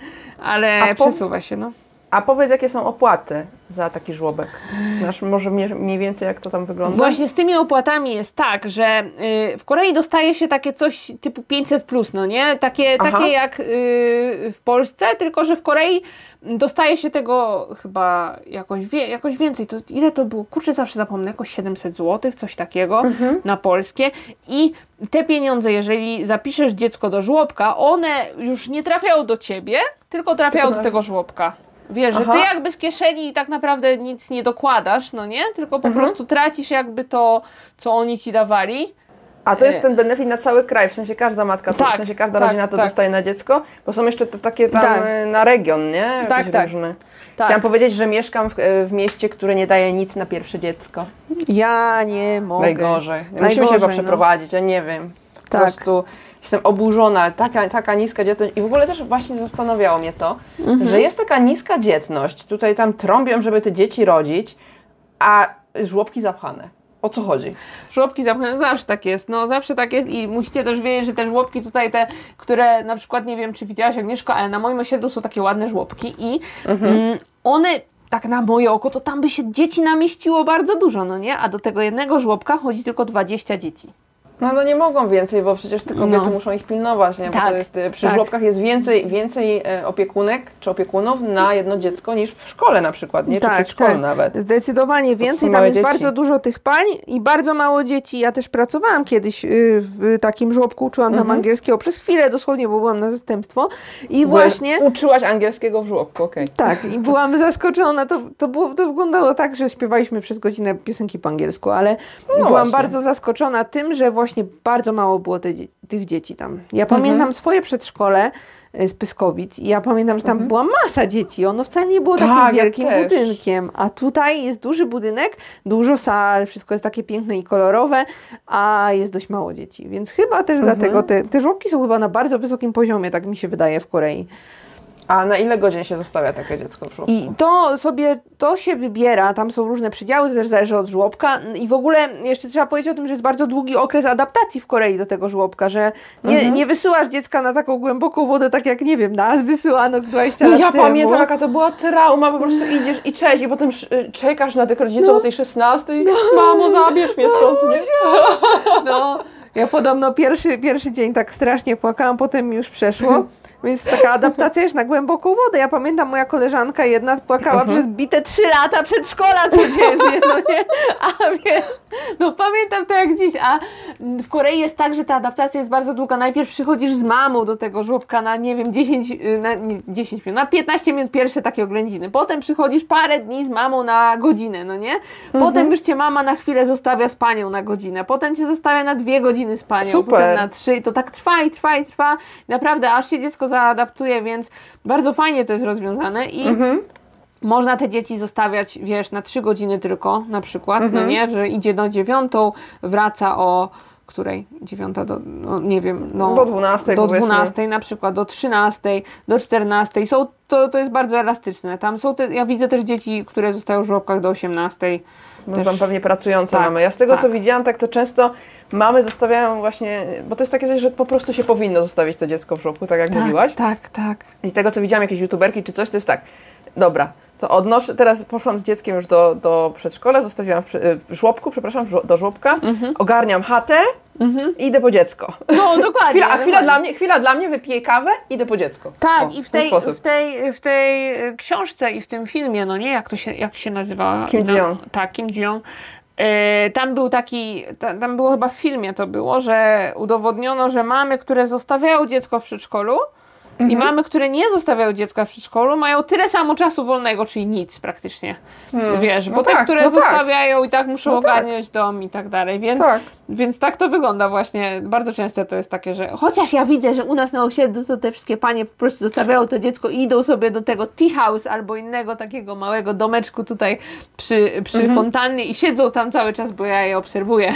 ale przesuwa się, no. A powiedz, jakie są opłaty za taki żłobek? Znasz może mniej więcej, jak to tam wygląda? Właśnie z tymi opłatami jest tak, że w Korei dostaje się takie coś typu 500+, no nie? Takie jak w Polsce, tylko że w Korei dostaje się tego chyba jakoś więcej. To ile to było? Kurczę, zawsze zapomnę, jakoś 700 zł, coś takiego na polskie. I te pieniądze, jeżeli zapiszesz dziecko do żłobka, one już nie trafiają do ciebie, tylko trafiają do tego żłobka. Wiesz, że ty jakby z kieszeni tak naprawdę nic nie dokładasz, no nie? Tylko po prostu tracisz jakby to, co oni ci dawali. A to jest ten benefit na cały kraj, w sensie każda matka, w sensie każda rodzina to dostaje na dziecko, bo są jeszcze te takie tam na region, nie? Jakieś różne. Chciałam powiedzieć, że mieszkam w mieście, które nie daje nic na pierwsze dziecko. Ja nie mogę. Najgorzej. Musimy się chyba przeprowadzić, ja nie wiem. Po prostu jestem oburzona, taka niska dzietność i w ogóle też właśnie zastanawiało mnie to, że jest taka niska dzietność, tutaj tam trąbią, żeby te dzieci rodzić, a żłobki zapchane. O co chodzi? Żłobki zapchane, zawsze tak jest, zawsze tak jest i musicie też wiedzieć, że te żłobki tutaj te, które na przykład, nie wiem czy widziałaś Agnieszka, ale na moim osiedlu są takie ładne żłobki i one tak na moje oko, to tam by się dzieci namieściło bardzo dużo, no nie? A do tego jednego żłobka chodzi tylko 20 dzieci. No nie mogą więcej, bo przecież te kobiety muszą ich pilnować, nie? Bo to jest, przy żłobkach jest więcej opiekunek czy opiekunów na jedno dziecko niż w szkole na przykład, nie? Czy przedszkolu nawet. Zdecydowanie więcej, tam jest bardzo dużo tych pań i bardzo mało dzieci. Ja też pracowałam kiedyś w takim żłobku, uczyłam tam angielskiego przez chwilę dosłownie, bo byłam na zastępstwo i właśnie... Uczyłaś angielskiego w żłobku, okej. Tak, i byłam zaskoczona, to wyglądało tak, że śpiewaliśmy przez godzinę piosenki po angielsku, ale byłam bardzo zaskoczona tym, że właśnie bardzo mało było tych dzieci tam. Ja pamiętam swoje przedszkole z Pyskowic i ja pamiętam, że tam była masa dzieci. Ono wcale nie było takim wielkim budynkiem. A tutaj jest duży budynek, dużo sal, wszystko jest takie piękne i kolorowe, a jest dość mało dzieci. Więc chyba też dlatego te żłobki są chyba na bardzo wysokim poziomie, tak mi się wydaje, w Korei. A na ile godzin się zostawia takie dziecko w żłobku? I to się wybiera, tam są różne przydziały, to też zależy od żłobka i w ogóle jeszcze trzeba powiedzieć o tym, że jest bardzo długi okres adaptacji w Korei do tego żłobka, że nie wysyłasz dziecka na taką głęboką wodę, tak jak, nie wiem, nas wysyłano 20 lat temu. Ja pamiętam, jaka to była trauma, po prostu idziesz i cześć, i potem czekasz na tych rodziców o tej 16, mamo, zabierz mnie stąd, nie? Ja podobno pierwszy dzień tak strasznie płakałam, potem mi już przeszło. Więc taka adaptacja już na głęboką wodę. Ja pamiętam, moja koleżanka jedna płakała przez bite 3 lata przedszkola codziennie, no nie? A wiesz, pamiętam to jak dziś. A w Korei jest tak, że ta adaptacja jest bardzo długa. Najpierw przychodzisz z mamą do tego żłobka na, nie wiem, 10 minut, na 15 minut pierwsze takie oględziny. Potem przychodzisz parę dni z mamą na godzinę, no nie? Potem już cię mama na chwilę zostawia z panią na godzinę. Potem cię zostawia na 2 godziny z panią. Super. Potem na 3. I to tak trwa. Naprawdę, aż się dziecko zaadaptuje, więc bardzo fajnie to jest rozwiązane i można te dzieci zostawiać, wiesz, na 3 godziny tylko na przykład, no nie, że idzie do 9, wraca o której? 9 do, nie wiem, do 12 do 12 na przykład, do 13, do 14. To jest bardzo elastyczne. Tam są ja widzę też dzieci, które zostają w żłobkach do 18. No tam pewnie pracujące mamy. Ja z tego co widziałam, tak to często mamy zostawiają właśnie, bo to jest takie coś, że po prostu się powinno zostawić to dziecko w żłobku, tak jak mówiłaś. Tak. I z tego co widziałam, jakieś youtuberki czy coś, to jest tak, dobra, to teraz poszłam z dzieckiem już do przedszkola, zostawiłam w żłobku, do żłobka, ogarniam chatę, i idę po dziecko. No, dokładnie. Chwila dla mnie, wypiję kawę, idę po dziecko. Tak, i w tej książce i w tym filmie, no nie, jak się nazywa? Kim Ji-young. Tak, Kim Ji-young. Tam było chyba w filmie to było, że udowodniono, że mamy, które zostawiają dziecko w przedszkolu, i mamy, które nie zostawiają dziecka w przedszkolu, mają tyle samo czasu wolnego, czyli nic praktycznie. Wiesz, bo te, które zostawiają i tak muszą ogarniać dom i tak dalej, więc tak to wygląda właśnie. Bardzo często to jest takie, że chociaż ja widzę, że u nas na osiedlu to te wszystkie panie po prostu zostawiają to dziecko i idą sobie do tego tea house albo innego takiego małego domeczku tutaj przy fontannie i siedzą tam cały czas, bo ja je obserwuję.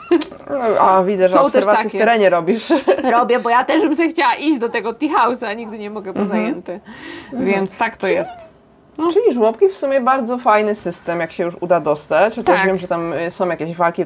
A widzę, że obserwacje w terenie robisz. Robię, bo ja też bym sobie chciała iść do tego tea house, a nigdy nie mogę, bo zajęty. Więc tak to jest. Czyli żłobki w sumie bardzo fajny system, jak się już uda dostać. Chociaż wiem, że tam są jakieś walki,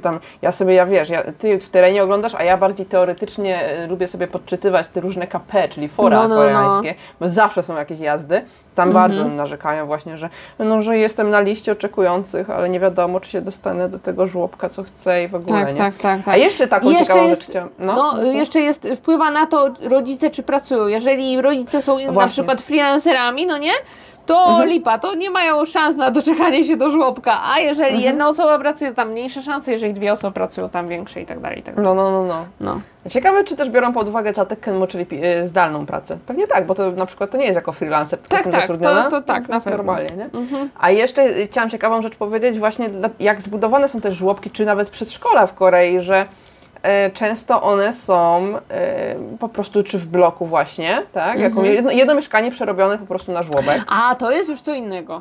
ty w terenie oglądasz, a ja bardziej teoretycznie lubię sobie podczytywać te różne KP, czyli fora koreańskie, bo zawsze są jakieś jazdy. Tam bardzo narzekają właśnie, że jestem na liście oczekujących, ale nie wiadomo, czy się dostanę do tego żłobka, co chcę i w ogóle, nie? Tak. A jeszcze taką ciekawą rzecz chciałam... Jeszcze wpływa na to rodzice, czy pracują. Jeżeli rodzice są na przykład freelancerami, no nie? To lipa, to nie mają szans na doczekanie się do żłobka, a jeżeli jedna osoba pracuje, to tam mniejsze szanse, jeżeli dwie osoby pracują, tam większe i tak dalej, i tak dalej. No. Ciekawe, czy też biorą pod uwagę Jatekken, czyli zdalną pracę. Pewnie tak, bo to na przykład to nie jest jako freelancer, tylko jestem zatrudniona. To tak, na pewno. Normalnie, nie? A jeszcze chciałam ciekawą rzecz powiedzieć, właśnie jak zbudowane są też żłobki, czy nawet przedszkola w Korei, że często one są po prostu czy w bloku właśnie, tak? Jedno mieszkanie przerobione po prostu na żłobek. A, to jest już co innego.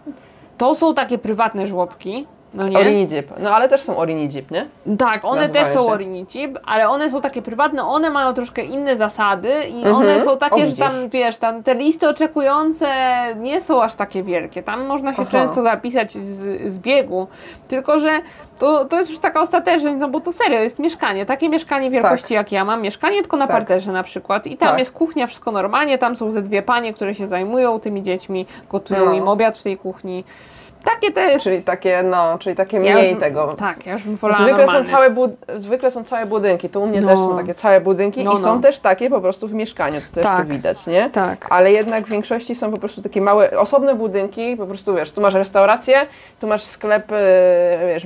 To są takie prywatne żłobki. No nie? Orinijip. No ale też są Orinijip, nie? Tak, one też są Orinijip, ale one są takie prywatne, one mają troszkę inne zasady i one są takie, że tam, wiesz, tam te listy oczekujące nie są aż takie wielkie. Tam można się często zapisać z biegu, tylko że to jest już taka ostateczność, no bo to serio, jest mieszkanie, takie mieszkanie wielkości jak ja mam, mieszkanie tylko na parterze na przykład i tam jest kuchnia, wszystko normalnie, tam są ze dwie panie, które się zajmują tymi dziećmi, gotują im obiad w tej kuchni. Takie to jest. Czyli takie mniej tego. Tak, ja już bym wolała zwykle są całe budynki. Tu u mnie też są takie całe budynki i są też takie po prostu w mieszkaniu. To też to widać, nie? Tak. Ale jednak w większości są po prostu takie małe, osobne budynki. Po prostu wiesz, tu masz restaurację, tu masz sklep, wiesz,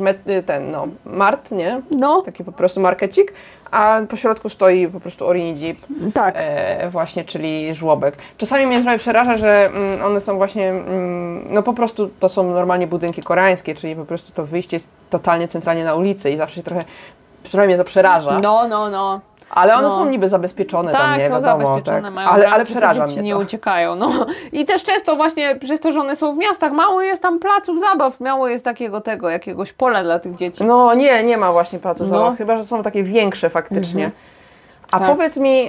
mart, nie? Taki po prostu markecik, a po środku stoi po prostu Orinijip. Tak. Właśnie, czyli żłobek. Czasami mnie trochę przeraża, że one są właśnie, po prostu to są normalnie budynki koreańskie, czyli po prostu to wyjście jest totalnie centralnie na ulicy i zawsze się trochę mnie to przeraża. No. Ale one są niby zabezpieczone tam, nie wiadomo. Mają ale przeraża mnie to. Nie uciekają, I też często właśnie przez to, że one są w miastach, mało jest tam placów zabaw, mało jest jakiegoś pola dla tych dzieci. No nie ma właśnie placów zabaw, chyba że są takie większe faktycznie. A powiedz mi,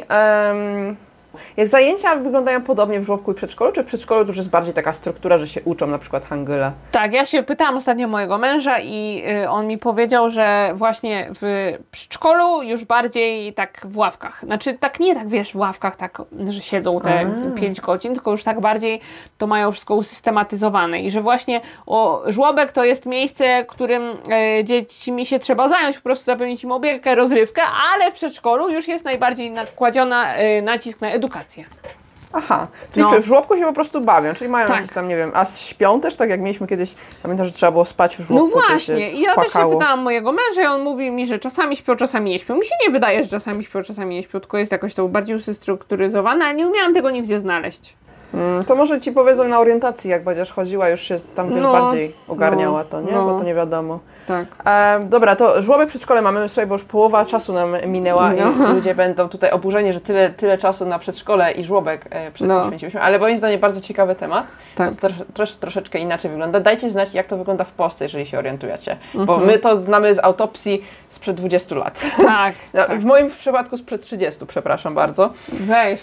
jak zajęcia wyglądają podobnie w żłobku i przedszkolu, czy w przedszkolu to już jest bardziej taka struktura, że się uczą na przykład hangula? Tak, ja się pytałam ostatnio mojego męża i on mi powiedział, że właśnie w przedszkolu już bardziej tak w ławkach. Znaczy nie tak wiesz, w ławkach tak, że siedzą te 5 godzin, tylko już tak bardziej to mają wszystko usystematyzowane i że właśnie żłobek to jest miejsce, którym dziećmi się trzeba zająć, po prostu zapewnić im opiekę, rozrywkę, ale w przedszkolu już jest najbardziej nakładziona nacisk na edukację. Aha, czyli w żłobku się po prostu bawią, czyli mają jakieś tam, nie wiem, a śpią też, tak jak mieliśmy kiedyś, pamiętam, że trzeba było spać w żłobku. No właśnie, i ja też się pytałam mojego męża i on mówi mi, że czasami śpią, czasami nie śpią. Mi się nie wydaje, że czasami śpią, czasami nie śpią, tylko jest jakoś to bardziej ustrukturyzowane, ale nie umiałam tego nigdzie znaleźć. To może Ci powiedzą na orientacji, jak będziesz chodziła, już się tam bardziej ogarniała to, nie? Bo to nie wiadomo. Tak. Dobra, to żłobek przedszkole mamy sobie, bo już połowa czasu nam minęła i ludzie będą tutaj oburzeni, że tyle czasu na przedszkole i żłobek poświęciliśmy, ale moim zdaniem bardzo ciekawy temat. Tak. To troszeczkę inaczej wygląda. Dajcie znać, jak to wygląda w Polsce, jeżeli się orientujecie, bo my to znamy z autopsji sprzed 20 lat. Tak. W moim przypadku sprzed 30, przepraszam bardzo. Weź.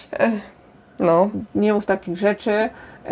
Nie mów takich rzeczy.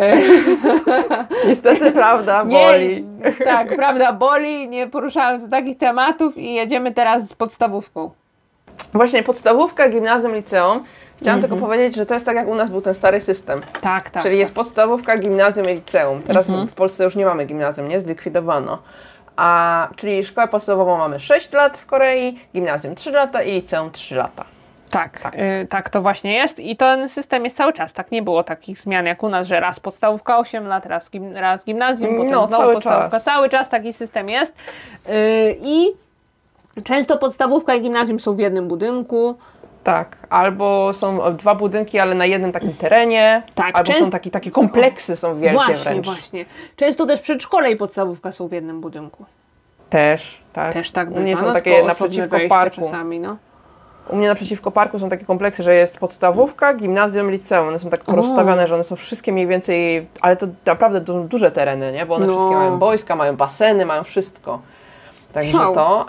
Niestety prawda boli. Tak, prawda boli, nie poruszałem takich tematów i jedziemy teraz z podstawówką. Właśnie, podstawówka, gimnazjum, liceum. Chciałam tylko powiedzieć, że to jest tak jak u nas był ten stary system. Tak. Czyli jest podstawówka, gimnazjum i liceum. Teraz w Polsce już nie mamy gimnazjum, nie? Zlikwidowano. czyli szkołę podstawową mamy 6 lat w Korei, gimnazjum 3 lata i liceum 3 lata. Tak to właśnie jest i ten system jest cały czas, tak? Nie było takich zmian jak u nas, że raz podstawówka 8 lat, raz gimnazjum, potem znowu podstawówka. Czas. Cały czas taki system jest i często podstawówka i gimnazjum są w jednym budynku. Tak, albo są 2 budynki, ale na jednym takim terenie, albo są takie kompleksy są wielkie wręcz. Właśnie. Często też przedszkole i podstawówka są w jednym budynku. Też tak bywa. U mnie są takie naprzeciwko parku. Czasami, no. U mnie naprzeciwko parku są takie kompleksy, że jest podstawówka, gimnazjum, liceum. One są tak rozstawione, że one są wszystkie mniej więcej, ale to naprawdę duże tereny, nie? Bo one wszystkie mają boiska, mają baseny, mają wszystko. Także to.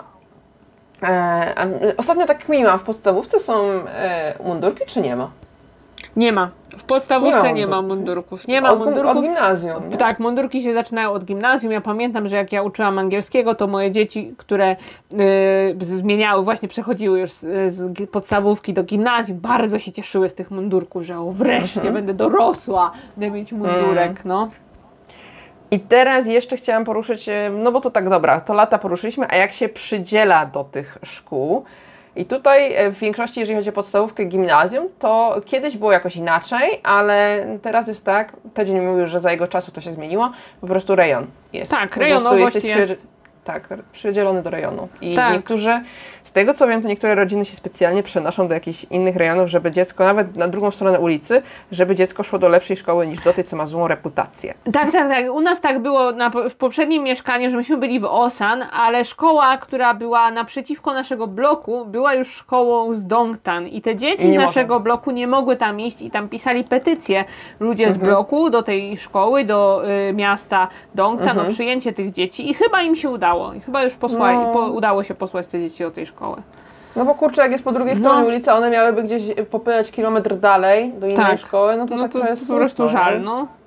Ostatnio tak kminiłam, w podstawówce są mundurki, czy nie ma? Nie ma. W podstawówce nie ma mundurków. Nie ma mundurków. Od gimnazjum. Nie? Tak, mundurki się zaczynają od gimnazjum. Ja pamiętam, że jak ja uczyłam angielskiego, to moje dzieci, które przechodziły już z podstawówki do gimnazjum, bardzo się cieszyły z tych mundurków, że wreszcie będę dorosła, będę mieć mundurek, no. I teraz jeszcze chciałam poruszyć, no bo to tak dobra, to lata poruszyliśmy, a jak się przydziela do tych szkół? I tutaj w większości, jeżeli chodzi o podstawówkę i gimnazjum, to kiedyś było jakoś inaczej, ale teraz jest tak, Tydzień mówił, że za jego czasu to się zmieniło, po prostu rejon jest. Tak, rejonowość jest. Tak, przydzielony do rejonu. I niektórzy, z tego co wiem, to niektóre rodziny się specjalnie przenoszą do jakichś innych rejonów, żeby dziecko, nawet na drugą stronę ulicy, żeby dziecko szło do lepszej szkoły niż do tej, co ma złą reputację. Tak. U nas tak było w poprzednim mieszkaniu, że myśmy byli w Osan, ale szkoła, która była naprzeciwko naszego bloku, była już szkołą z Dongtan i te dzieci z naszego bloku nie mogły tam iść i tam pisali petycje ludzie z bloku do tej szkoły, do miasta Dongtan o przyjęcie tych dzieci i chyba im się udało. I chyba już udało się posłać te dzieci do tej szkoły. No bo kurczę, jak jest po drugiej stronie ulicy, one miałyby gdzieś popychać kilometr dalej do innej szkoły, no to to jest po prostu żal,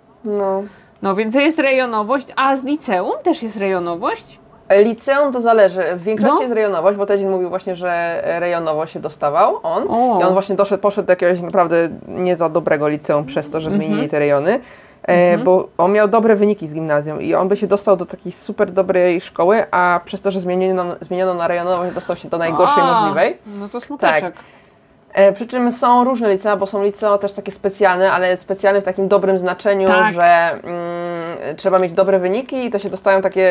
No więc jest rejonowość, a z liceum też jest rejonowość? Liceum to zależy. W większości jest rejonowość, bo Tydzień mówił właśnie, że rejonowo się dostawał i on właśnie poszedł do jakiegoś naprawdę nie za dobrego liceum przez to, że zmienili te rejony. Bo on miał dobre wyniki z gimnazjum i on by się dostał do takiej super dobrej szkoły, a przez to, że zmieniono na rejonowość, dostał się do najgorszej możliwej. No to smuteczek. Tak. Przy czym są różne licea, bo są licea też takie specjalne, ale specjalne w takim dobrym znaczeniu, że trzeba mieć dobre wyniki i to się dostają takie,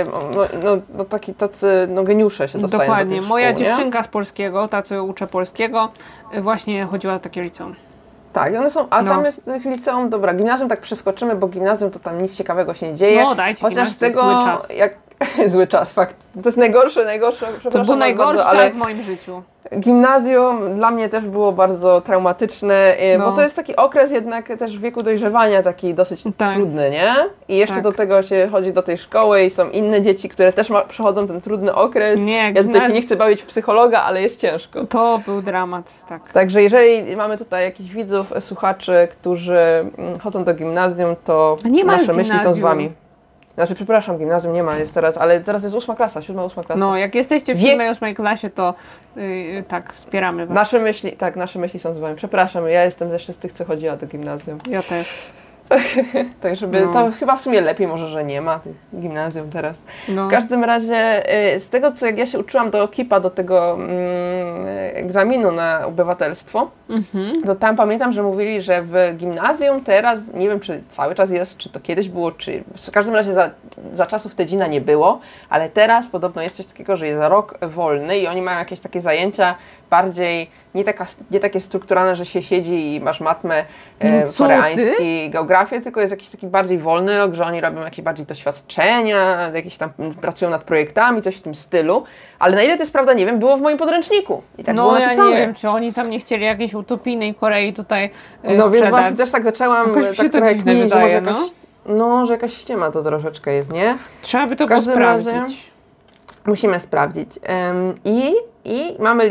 tacy geniusze się dostają do tych szkół, moja dziewczynka z polskiego, ta co uczę polskiego, właśnie chodziła do takiego liceum. Tak, i one są, tam jest tych liceum, dobra, gimnazjum tak przeskoczymy, bo gimnazjum to tam nic ciekawego się nie dzieje. No dajcie, chociaż z tego, zły czas. Zły czas, fakt. To jest najgorsze, przepraszam. To był najgorszy czas w moim życiu. Gimnazjum dla mnie też było bardzo traumatyczne, bo to jest taki okres jednak też w wieku dojrzewania taki dosyć trudny, nie? I jeszcze do tego się chodzi do tej szkoły i są inne dzieci, które też przechodzą ten trudny okres. Ja tutaj się nie chcę bawić w psychologa, ale jest ciężko. To był dramat, tak. Także jeżeli mamy tutaj jakichś widzów, słuchaczy, którzy chodzą do gimnazjum, to nasze myśli są z Wami. Przepraszam, gimnazjum nie ma, jest teraz, ale teraz jest 8 klasa, 7-8 klasa. No, jak jesteście w 7-8 klasie, to wspieramy Was. Nasze myśli są z Wami. Przepraszam, ja jestem jeszcze z tych, co chodziła do gimnazjum. Ja też. Tak, żeby to chyba w sumie lepiej może, że nie ma tych gimnazjum teraz. W każdym razie z tego, co jak ja się uczyłam do KIPA, do tego egzaminu na obywatelstwo, to tam pamiętam, że mówili, że w gimnazjum teraz, nie wiem czy cały czas jest, czy to kiedyś było, czy w każdym razie za czasów Tydzina nie było, ale teraz podobno jest coś takiego, że jest rok wolny i oni mają jakieś takie zajęcia bardziej nie takie strukturalne, że się siedzi i masz matmę, koreański, geografię, tylko jest jakiś taki bardziej wolny rok, że oni robią jakieś bardziej doświadczenia, jakieś tam pracują nad projektami, coś w tym stylu. Ale na ile to jest prawda, nie wiem, było w moim podręczniku i tak było napisane. Ja nie wiem, czy oni tam nie chcieli jakiejś utopijnej Korei tutaj więc właśnie też tak zaczęłam tak trochę kminić, że jakaś ściema to troszeczkę jest, nie? Trzeba by to było sprawdzić. Musimy sprawdzić. I mamy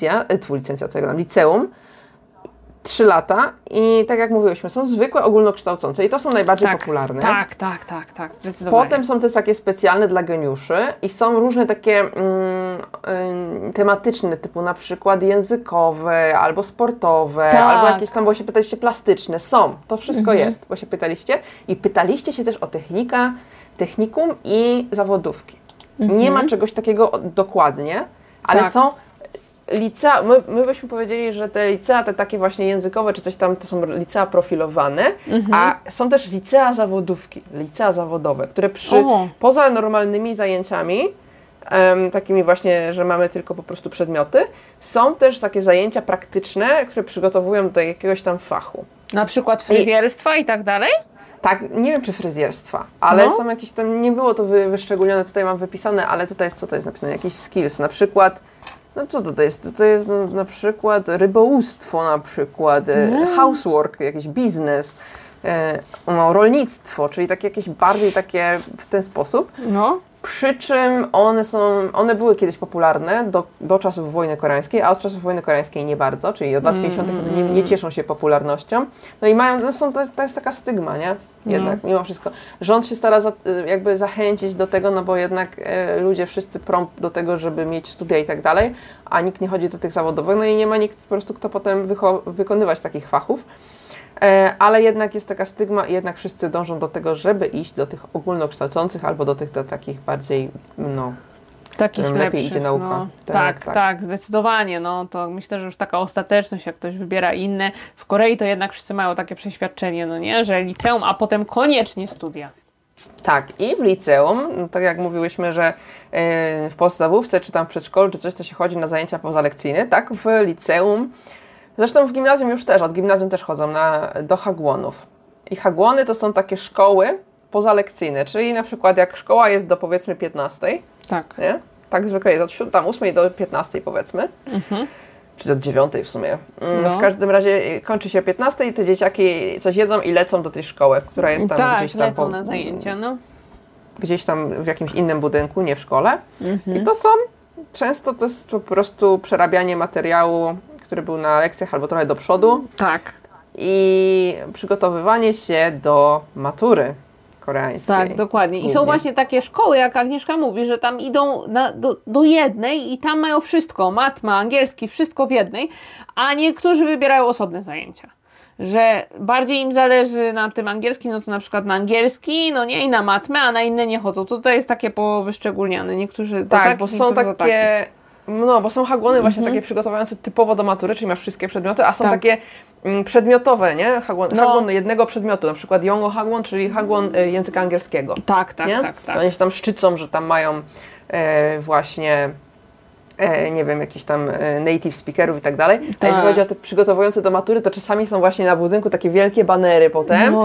liceum, 3 lata i tak jak mówiłyśmy, są zwykłe ogólnokształcące i to są najbardziej popularne. Tak, zdecydowanie. Potem są też takie specjalne dla geniuszy i są różne takie tematyczne, typu na przykład językowe, albo sportowe, albo jakieś tam, bo się pytaliście, plastyczne. To wszystko jest, bo się pytaliście. I pytaliście się też o technikum i zawodówki. Nie ma czegoś takiego dokładnie, ale są licea, my byśmy powiedzieli, że te licea, te takie właśnie językowe czy coś tam, to są licea profilowane, a są też licea zawodówki, licea zawodowe, które poza normalnymi zajęciami, takimi właśnie, że mamy tylko po prostu przedmioty, są też takie zajęcia praktyczne, które przygotowują do jakiegoś tam fachu. Na przykład fryzjerstwa i tak dalej? Tak, nie wiem czy fryzjerstwa, ale są jakieś tam, nie było to wyszczególnione, tutaj mam wypisane, ale tutaj jest, co to jest napisane, jakieś skills, na przykład, no co to jest? To jest na przykład rybołówstwo, na przykład housework, jakiś biznes, rolnictwo, czyli takie jakieś bardziej takie w ten sposób. Przy czym one były kiedyś popularne do czasów wojny koreańskiej, a od czasów wojny koreańskiej nie bardzo, czyli od lat 50. one nie cieszą się popularnością. No i mają, to jest taka stygma, nie? Jednak, mimo wszystko. Rząd się stara jakby zachęcić do tego, no bo jednak ludzie wszyscy prą do tego, żeby mieć studia i tak dalej, a nikt nie chodzi do tych zawodowych, no i nie ma nikt po prostu, kto potem wykonywać takich fachów. Ale jednak jest taka stygma i jednak wszyscy dążą do tego, żeby iść do tych ogólnokształcących albo do tych takich bardziej, takich lepiej lepszych, idzie nauka. Tak, zdecydowanie. To myślę, że już taka ostateczność, jak ktoś wybiera inne. W Korei to jednak wszyscy mają takie przeświadczenie, że liceum, a potem koniecznie studia. Tak, i w liceum, tak jak mówiłyśmy, że w podstawówce, czy tam w przedszkolu, czy coś, to się chodzi na zajęcia pozalekcyjne, tak w liceum. Zresztą w gimnazjum już też, od gimnazjum też chodzą do hagwonów. I hagwony to są takie szkoły pozalekcyjne, czyli na przykład jak szkoła jest do powiedzmy 15, tak, nie? Tak zwykle jest od 8 do 15 powiedzmy, czy do 9 w sumie. W każdym razie kończy się o 15 i te dzieciaki coś jedzą i lecą do tej szkoły, która jest tam gdzieś tam. Lecą na zajęcia, Gdzieś tam w jakimś innym budynku, nie w szkole. I często to jest po prostu przerabianie materiału, który był na lekcjach albo trochę do przodu. Tak. I przygotowywanie się do matury koreańskiej. Tak, dokładnie. I są właśnie takie szkoły, jak Agnieszka mówi, że tam idą do jednej i tam mają wszystko, matma, angielski, wszystko w jednej, a niektórzy wybierają osobne zajęcia. Że bardziej im zależy na tym angielskim, no to na przykład na angielski, i na matmę, a na inne nie chodzą. Tutaj jest takie powyszczególniane. Niektórzy bo są takie... bo są hagwony właśnie takie przygotowujące typowo do matury, czyli masz wszystkie przedmioty, a są takie przedmiotowe, nie? Hagwon jednego przedmiotu, na przykład Yongo Hagwon, czyli hagwon języka angielskiego. Tak. Oni się tam szczycą, że tam mają właśnie nie wiem, jakichś tam native speakerów i tak dalej. A jeśli chodzi o te przygotowujące do matury, to czasami są właśnie na budynku takie wielkie banery potem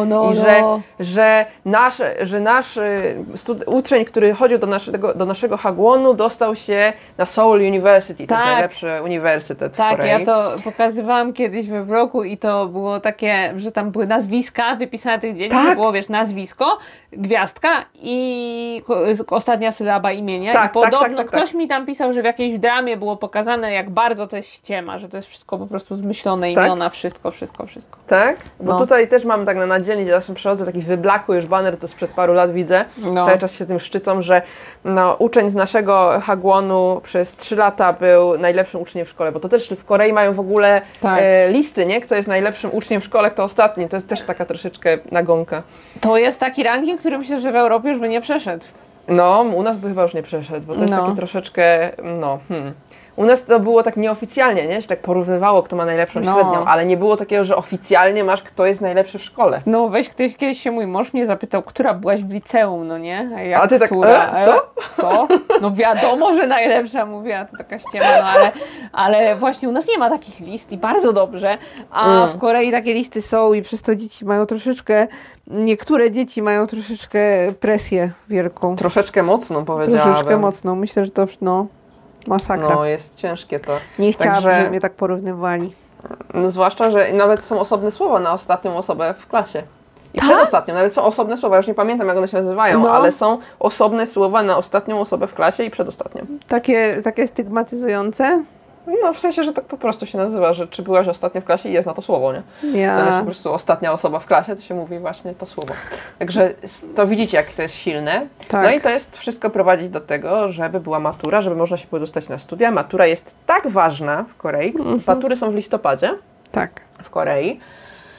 że nasz uczeń, który chodził do naszego hagwonu, dostał się na Seoul University, to jest najlepszy uniwersytet w Korei. Ja to pokazywałam kiedyś we vlogu i to było takie, że tam były nazwiska wypisane tych dzieci, to było, nazwisko, gwiazdka i ostatnia sylaba imienia. I podobno ktoś mi tam pisał, że w jakiejś dramie było pokazane, jak bardzo to jest ściema, że to jest wszystko po prostu zmyślone imiona, wszystko. Tak? Bo tutaj też mam tak na dzielni, gdzie zawsze przychodzę, taki wyblakły już baner, to sprzed paru lat widzę, cały czas się tym szczycą, że uczeń z naszego hagwonu przez 3 lata był najlepszym uczniem w szkole, bo to też w Korei mają w ogóle listy, nie? Kto jest najlepszym uczniem w szkole, kto ostatni, to jest też taka troszeczkę nagonka. To jest taki ranking, który myślę, że w Europie już by nie przeszedł. U nas by chyba już nie przeszedł, bo to jest takie troszeczkę, U nas to było tak nieoficjalnie, nie? Się tak porównywało, kto ma najlepszą średnią, ale nie było takiego, że oficjalnie masz, kto jest najlepszy w szkole. Kiedyś się mój mąż mnie zapytał, która byłaś w liceum, nie? A ty tak, co? Wiadomo, że najlepsza, mówię, to taka ściema, ale właśnie u nas nie ma takich list i bardzo dobrze, a w Korei takie listy są i przez to dzieci mają niektóre dzieci mają troszeczkę presję wielką. Troszeczkę mocną, powiedziałabym. Troszeczkę mocną, myślę, że to, masakra. Jest ciężkie to. Nie chciałabym, żeby mnie tak porównywali. Zwłaszcza, że nawet są osobne słowa na ostatnią osobę w klasie. I przedostatnią, nawet są osobne słowa, już nie pamiętam, jak one się nazywają, ale są osobne słowa na ostatnią osobę w klasie i przedostatnią. Takie stygmatyzujące? W sensie, że tak po prostu się nazywa, że czy byłaś ostatnia w klasie i jest na to słowo, nie? Zamiast po prostu ostatnia osoba w klasie, to się mówi właśnie to słowo. Także to widzicie, jak to jest silne. Tak. I to jest wszystko prowadzić do tego, żeby była matura, żeby można się było dostać na studia. Matura jest tak ważna w Korei. Matury są w listopadzie w Korei.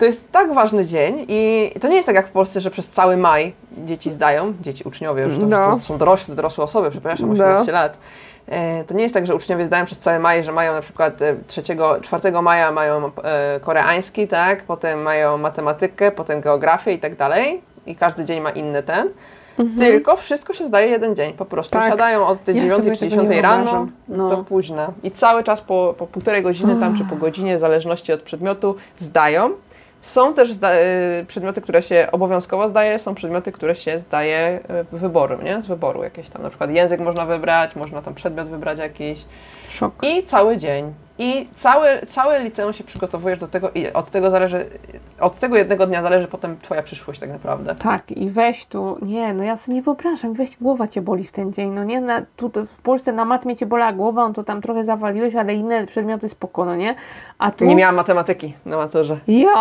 To jest tak ważny dzień i to nie jest tak jak w Polsce, że przez cały maj dzieci zdają, uczniowie, już to są dorosłe osoby, przepraszam, 18 lat. To nie jest tak, że uczniowie zdają przez cały maj, że mają na przykład 4 maja mają koreański, tak? Potem mają matematykę, potem geografię i tak dalej. I każdy dzień ma inny ten. Tylko wszystko się zdaje jeden dzień. Po prostu siadają od tej 9 czy 10 rano do późna. I cały czas po półtorej godziny tam, czy po godzinie, w zależności od przedmiotu, zdają. Są też przedmioty, które się obowiązkowo zdaje, są przedmioty, które się zdaje z wyboru jakieś tam. Na przykład język można wybrać, można tam przedmiot wybrać jakiś. Szok. I cały dzień. I całe liceum się przygotowujesz do tego i od tego jednego dnia zależy potem twoja przyszłość tak naprawdę. Tak, i weź tu, ja sobie nie wyobrażam, weź, głowa cię boli w ten dzień, tu w Polsce na matmie cię bolała głowa, to tam trochę zawaliłeś, ale inne przedmioty spoko, nie? A tu... Nie miałam matematyki na maturze.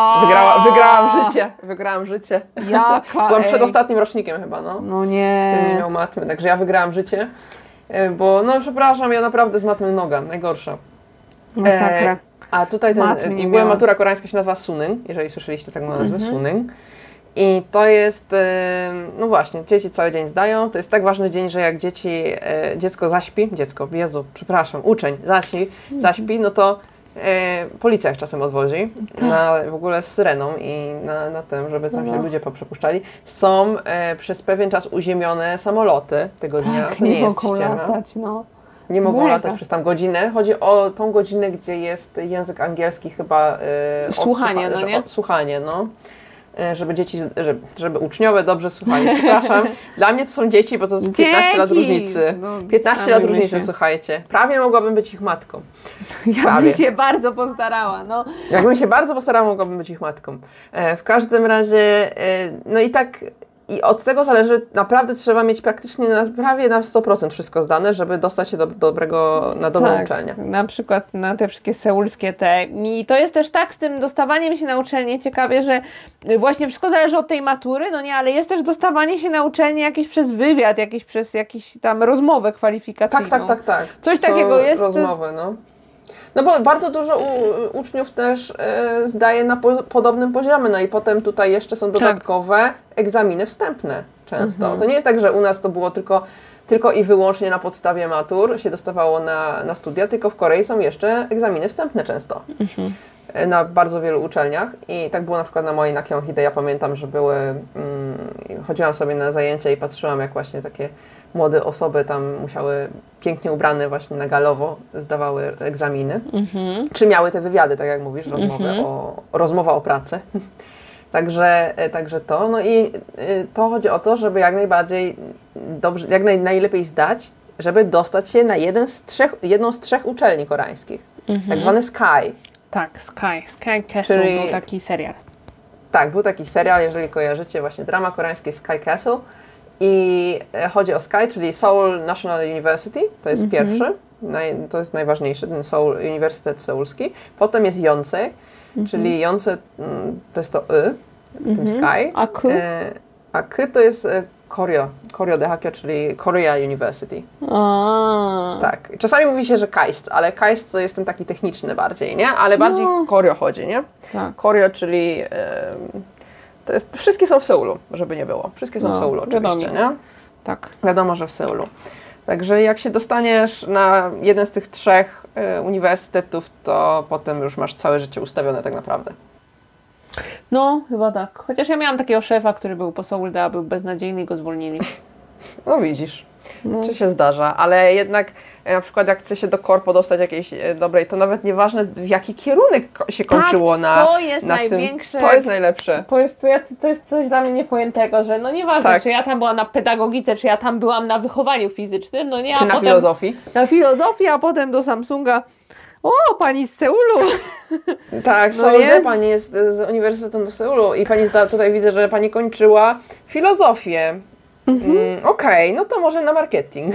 Wygrałam życie. Byłam przedostatnim rocznikiem chyba, No nie. Nie miał matmy, także ja wygrałam życie, bo przepraszam, ja naprawdę z matmy noga, najgorsza. Masakra. A tutaj w ogóle matura koreańska się nazywa Suning, jeżeli słyszeliście taką nazwę, Suning. I to jest, no właśnie, dzieci cały dzień zdają. To jest tak ważny dzień, że jak dziecko zaśpi, uczeń zaśpi, no to policja ich czasem odwozi, w ogóle z syreną i na tym, żeby tam się ludzie poprzepuszczali. Są przez pewien czas uziemione samoloty tego dnia. To nie jest ściema. Nie mogą latać przez tam godzinę. Chodzi o tą godzinę, gdzie jest język angielski chyba... Słuchanie, Słuchanie, żeby dzieci, żeby uczniowie dobrze słuchali. Przepraszam, dla mnie to są dzieci, bo to jest 15 lat różnicy. 15 lat różnicy, słuchajcie. Prawie mogłabym być ich matką. Ja bym się bardzo postarała, Jakbym się bardzo postarała, mogłabym być ich matką. W każdym razie, i od tego zależy, naprawdę trzeba mieć praktycznie prawie na 100% wszystko zdane, żeby dostać się na dobrą uczelnię. Na przykład na te wszystkie seulskie I to jest też tak z tym dostawaniem się na uczelnię ciekawie, że właśnie wszystko zależy od tej matury, ale jest też dostawanie się na uczelnię jakieś przez wywiad, przez jakąś tam rozmowę kwalifikacyjną. Tak. Coś takiego jest. Rozmowy, No bo bardzo dużo uczniów też zdaje na podobnym poziomie, i potem tutaj jeszcze są dodatkowe egzaminy wstępne często. To nie jest tak, że u nas to było tylko i wyłącznie na podstawie matur się dostawało na studia, tylko w Korei są jeszcze egzaminy wstępne często. Na bardzo wielu uczelniach i tak było na przykład na mojej na Kyonghide. Ja pamiętam, że chodziłam sobie na zajęcia i patrzyłam, jak właśnie takie młode osoby tam musiały pięknie ubrane właśnie na galowo zdawały egzaminy. Czy miały te wywiady, tak jak mówisz, rozmowa o pracy. Także to. I to chodzi o to, żeby jak najbardziej dobrze, najlepiej zdać, żeby dostać się na jedną z 3 uczelni koreańskich. Tak zwany SKY. Tak, Sky Castle był taki serial. Tak, był taki serial, jeżeli kojarzycie, właśnie drama koreańskie Sky Castle. I chodzi o SKY, czyli Seoul National University, to jest pierwszy, to jest najważniejszy, ten Uniwersytet Seulski. Potem jest Yonsei, czyli Yonsei to jest to w tym SKY. A K to jest Koryo Daehakyo, czyli Korea University. Tak. Czasami mówi się, że KAIST, ale KAIST to jest ten taki techniczny bardziej, nie? Ale bardziej Koryo chodzi, nie? Tak. Koryo, czyli wszystkie są w Seulu, żeby nie było. Wszystkie są w Seulu oczywiście, nie? Tak. Wiadomo, że w Seulu. Także jak się dostaniesz na jeden z tych 3 uniwersytetów, to potem już masz całe życie ustawione tak naprawdę. Chyba tak. Chociaż ja miałam takiego szefa, który był po Seulda, a był beznadziejny i go zwolnili. Widzisz. Czy się zdarza, ale jednak na przykład jak chce się do korpo dostać jakiejś dobrej, to nawet nieważne w jaki kierunek się kończyło to jest największe. To jest najlepsze. To jest coś dla mnie niepojętego, że nieważne, czy ja tam byłam na pedagogice, czy ja tam byłam na wychowaniu fizycznym, czy na filozofii. Na filozofii, a potem do Samsunga. O, pani z Seulu! Tak, Seoul, pani jest z Uniwersytetu w Seulu i pani tutaj widzę, że pani kończyła filozofię. Okej, no to może na marketing.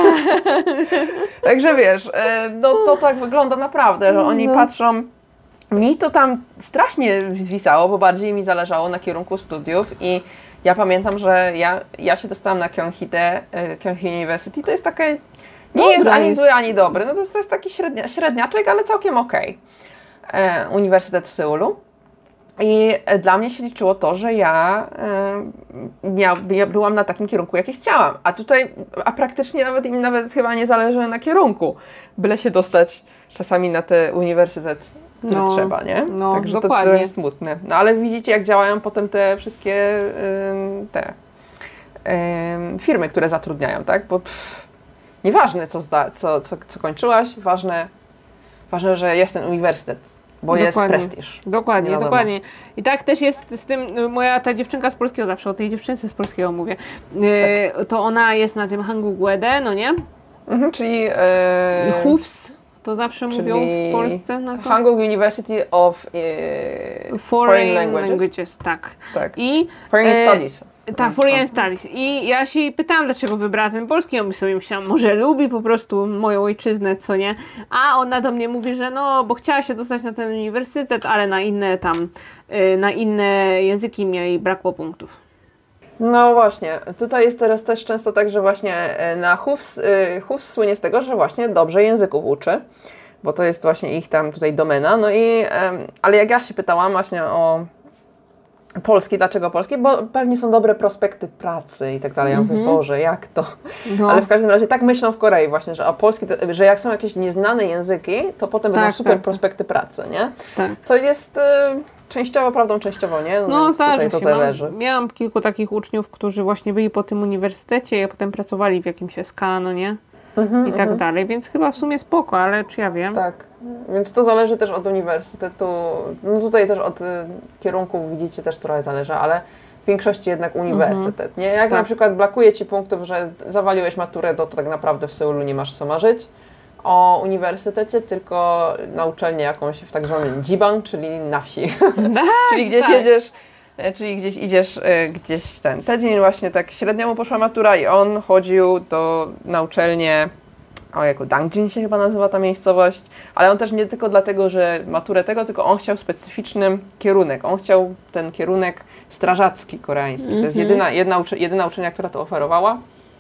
Także wiesz, to tak wygląda naprawdę, że oni patrzą. Mi to tam strasznie zwisało, bo bardziej mi zależało na kierunku studiów i ja pamiętam, że ja się dostałam na Kyonghide University, to jest takie, nie jest ani zły, ani dobry, to jest taki średniaczek, ale całkiem okej. Uniwersytet w Seulu. I dla mnie się liczyło to, że ja byłam na takim kierunku, jaki chciałam. A praktycznie nawet chyba nie zależy na kierunku. Byle się dostać czasami na ten uniwersytet, który trzeba, nie? Także to jest smutne. No ale widzicie, jak działają potem te wszystkie firmy, które zatrudniają, tak? Bo nieważne, co kończyłaś, ważne, że jest ten uniwersytet. Bo jest prestiż. Dokładnie. I tak też jest z tym, ta dziewczynka z polskiego, zawsze o tej dziewczynce z polskiego mówię, to ona jest na tym Hanguk-Uede, no nie? Czyli HUFS, to zawsze mówią w Polsce. Na to? Hanguk University of Foreign Languages. Tak. I Foreign Studies. Tak, Foreign Studies. I ja się jej pytałam, dlaczego wybrała ten polski. Ja sobie myślałam, może lubi po prostu moją ojczyznę, co nie. A ona do mnie mówi, że bo chciała się dostać na ten uniwersytet, ale na inne języki jej brakło punktów. No właśnie, tutaj jest teraz też często tak, że właśnie na HUFS słynie z tego, że właśnie dobrze języków uczy, bo to jest właśnie ich tam tutaj domena. No i, ale jak ja się pytałam właśnie o polski, dlaczego polski? Bo pewnie są dobre prospekty pracy i tak dalej. Ja mówię, Boże, jak to? Ale w każdym razie tak myślą w Korei właśnie, że polski, że jak są jakieś nieznane języki, to potem będą super prospekty pracy, nie? Tak. Co jest częściowo prawdą, częściowo nie? No więc tutaj to zależy. Miałam kilku takich uczniów, którzy właśnie byli po tym uniwersytecie i potem pracowali w jakimś SK, no nie? I tak dalej, więc chyba w sumie spoko, ale czy ja wiem? Tak, więc to zależy też od uniwersytetu, no tutaj też od kierunków widzicie też trochę zależy, ale w większości jednak uniwersytet, nie? Jak na przykład brakuje Ci punktów, że zawaliłeś maturę, to tak naprawdę w Seulu nie masz co marzyć o uniwersytecie, tylko na uczelnię jakąś w tak zwanym Jibang, czyli na wsi, czyli gdzieś jedziesz. Czyli gdzieś idziesz, ten tydzień właśnie tak średnio mu poszła matura i on chodził na uczelnię, jako Dangjin się chyba nazywa ta miejscowość, ale on też nie tylko dlatego, że maturę tylko on chciał specyficzny kierunek. On chciał ten kierunek strażacki koreański. To jest jedyna uczelnia, która to oferowała.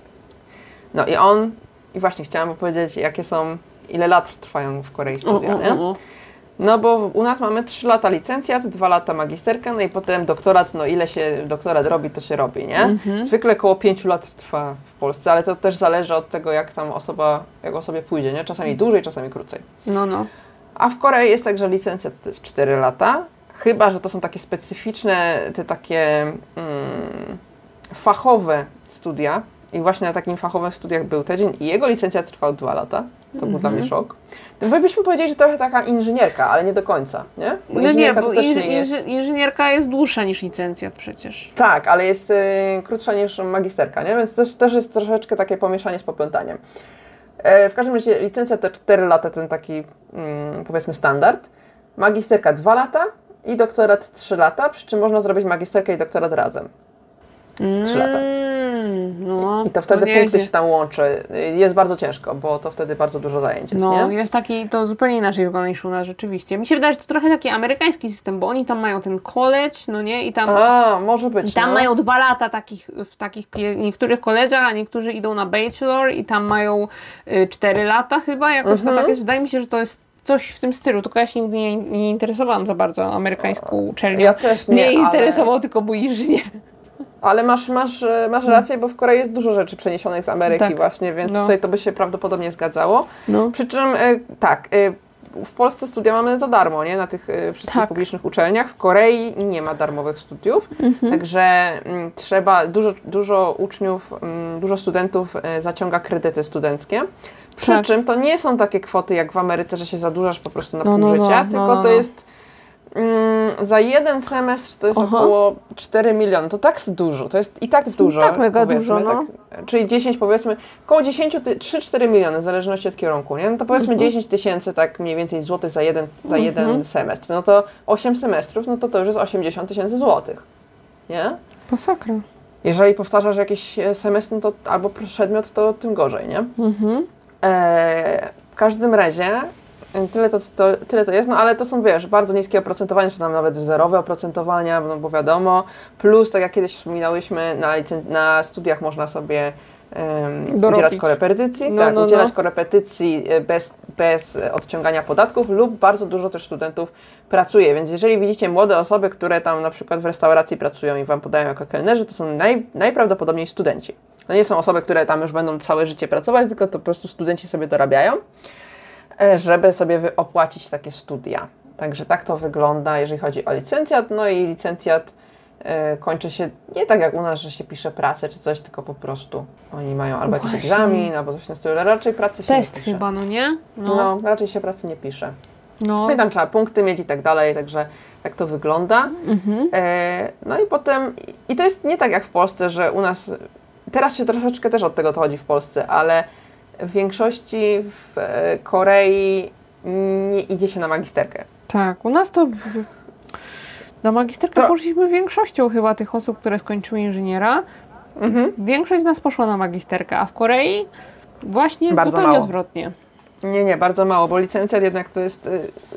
No i właśnie chciałam powiedzieć, ile lat trwają w Korei studia, nie? No bo u nas mamy 3 lata licencjat, 2 lata magisterka, no i potem doktorat, no ile się doktorat robi, to się robi, nie? Zwykle około 5 lat trwa w Polsce, ale to też zależy od tego, jak osobie pójdzie, nie? Czasami dłużej, czasami krócej. No. A w Korei jest tak, że licencjat to jest 4 lata, chyba że to są takie specyficzne, te takie fachowe studia. I właśnie na takim fachowym studiach był tydzień i jego licencja trwał 2 lata. To był dla mnie szok. To byśmy powiedzieli, że trochę taka inżynierka, ale nie do końca, nie? Bo inżynierka to też nie jest... Inżynierka jest dłuższa niż licencjat przecież. Tak, ale jest krótsza niż magisterka, nie? Więc też jest troszeczkę takie pomieszanie z poplątaniem. W każdym razie licencja te 4 lata, ten taki powiedzmy standard. Magisterka 2 lata i doktorat 3 lata, przy czym można zrobić magisterkę i doktorat razem. 3 lata. No, I to wtedy punkty się tam łączy. Jest bardzo ciężko, bo to wtedy bardzo dużo zajęć jest, nie? Jest taki, to zupełnie inaczej wygląda niż u nas rzeczywiście. Mi się wydaje, że to trochę taki amerykański system, bo oni tam mają ten college, no nie? I tam, może być, i tam mają 2 lata w takich niektórych college'ach, a niektórzy idą na bachelor i tam mają 4 lata chyba, jakoś to tak jest. Wydaje mi się, że to jest coś w tym stylu, tylko ja się nigdy nie interesowałam za bardzo amerykańską uczelnią. Ja też nie, mnie interesował tylko mój inżynier. Ale masz rację, bo w Korei jest dużo rzeczy przeniesionych z Ameryki właśnie, więc tutaj to by się prawdopodobnie zgadzało. Przy czym w Polsce studia mamy za darmo, nie? Na tych wszystkich publicznych uczelniach. W Korei nie ma darmowych studiów, także trzeba, dużo uczniów, dużo studentów zaciąga kredyty studenckie. Przy czym to nie są takie kwoty jak w Ameryce, że się zadłużasz po prostu na pół życia, tylko to jest za jeden semestr to jest około 4 miliony. To tak dużo, to jest i tak dużo. Tak mega dużo, tak, czyli 10 powiedzmy, około 3-4 miliony w zależności od kierunku, nie? No to powiedzmy 10 tysięcy tak mniej więcej złotych za jeden semestr. No to 8 semestrów, no to już jest 80 tysięcy złotych, nie? Masakra. Jeżeli powtarzasz jakiś semestr, no to albo przedmiot, to tym gorzej, nie? W każdym razie tyle to jest, no ale to są, wiesz, bardzo niskie oprocentowania, czy tam nawet zerowe oprocentowania, no bo wiadomo, plus tak jak kiedyś wspominałyśmy, na studiach można sobie udzielać korepetycji, udzielać korepetycji bez odciągania podatków lub bardzo dużo też studentów pracuje, więc jeżeli widzicie młode osoby, które tam na przykład w restauracji pracują i Wam podają jako kelnerzy, to są najprawdopodobniej studenci. To nie są osoby, które tam już będą całe życie pracować, tylko to po prostu studenci sobie dorabiają, żeby sobie opłacić takie studia. Także tak to wygląda, jeżeli chodzi o licencjat. No i licencjat kończy się nie tak jak u nas, że się pisze pracę czy coś, tylko po prostu oni mają albo jakiś egzamin, albo coś na stylu, ale raczej pracy się nie pisze. Test chyba, no nie? No, raczej się pracy nie pisze. No i tam trzeba punkty mieć i tak dalej, także tak to wygląda. No i potem, i to jest nie tak jak w Polsce, że u nas, teraz się troszeczkę też od tego to chodzi w Polsce, ale w większości w Korei nie idzie się na magisterkę. Tak, u nas to na magisterkę poszliśmy większością chyba tych osób, które skończyły inżyniera. Większość z nas poszła na magisterkę, a w Korei właśnie bardzo zupełnie mało. Odwrotnie. Nie, bardzo mało, bo licencjat jednak to jest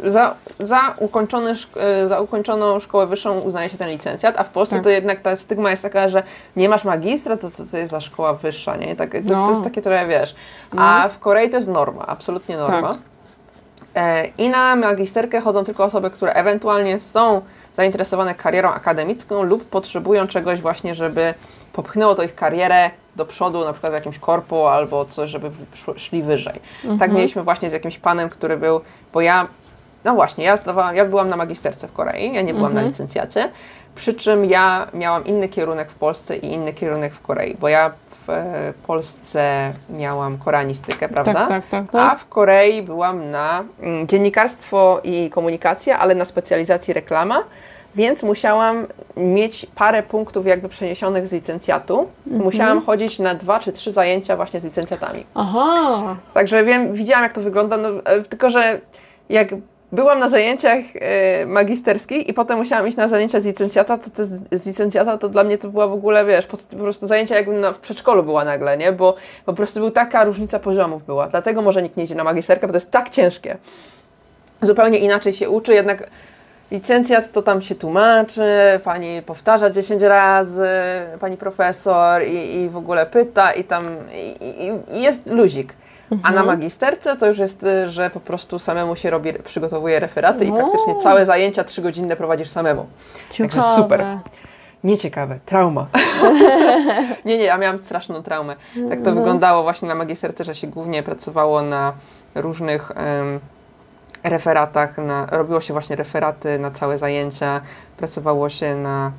za ukończoną szkołę wyższą uznaje się ten licencjat, a w Polsce to jednak ta stygma jest taka, że nie masz magistra, to co to jest za szkoła wyższa, nie? Tak, to jest takie trochę, wiesz. A w Korei to jest norma, absolutnie norma. Tak. I na magisterkę chodzą tylko osoby, które ewentualnie są zainteresowane karierą akademicką lub potrzebują czegoś właśnie, żeby popchnęło to ich karierę do przodu, na przykład w jakimś korpo albo coś, żeby szli wyżej. Tak mieliśmy właśnie z jakimś panem, który był, bo ja byłam na magisterce w Korei, ja nie byłam na licencjacie, przy czym ja miałam inny kierunek w Polsce i inny kierunek w Korei, bo ja w Polsce miałam koreanistykę, prawda? Tak. A w Korei byłam na dziennikarstwo i komunikacja, ale na specjalizacji reklama, więc musiałam mieć parę punktów jakby przeniesionych z licencjatu. Musiałam chodzić na 2 czy 3 zajęcia właśnie z licencjatami. Aha. Także widziałam jak to wygląda, tylko że jak byłam na zajęciach magisterskich i potem musiałam iść na zajęcia z licencjata, to dla mnie to była w ogóle, wiesz, po prostu zajęcia jakbym w przedszkolu była nagle, nie? Bo po prostu była taka różnica poziomów była. Dlatego może nikt nie idzie na magisterkę, bo to jest tak ciężkie. Zupełnie inaczej się uczy, jednak licencjat to tam się tłumaczy, pani powtarza 10 razy, pani profesor i w ogóle pyta i tam i jest luzik. A na magisterce to już jest, że po prostu samemu się przygotowuje referaty i praktycznie całe zajęcia 3-godzinne prowadzisz samemu. Ciekawe. Także super. Nieciekawe, trauma. Nie, ja miałam straszną traumę. Tak to wyglądało właśnie na magisterce, że się głównie pracowało na różnych referatach, robiło się właśnie referaty na całe zajęcia, pracowało się na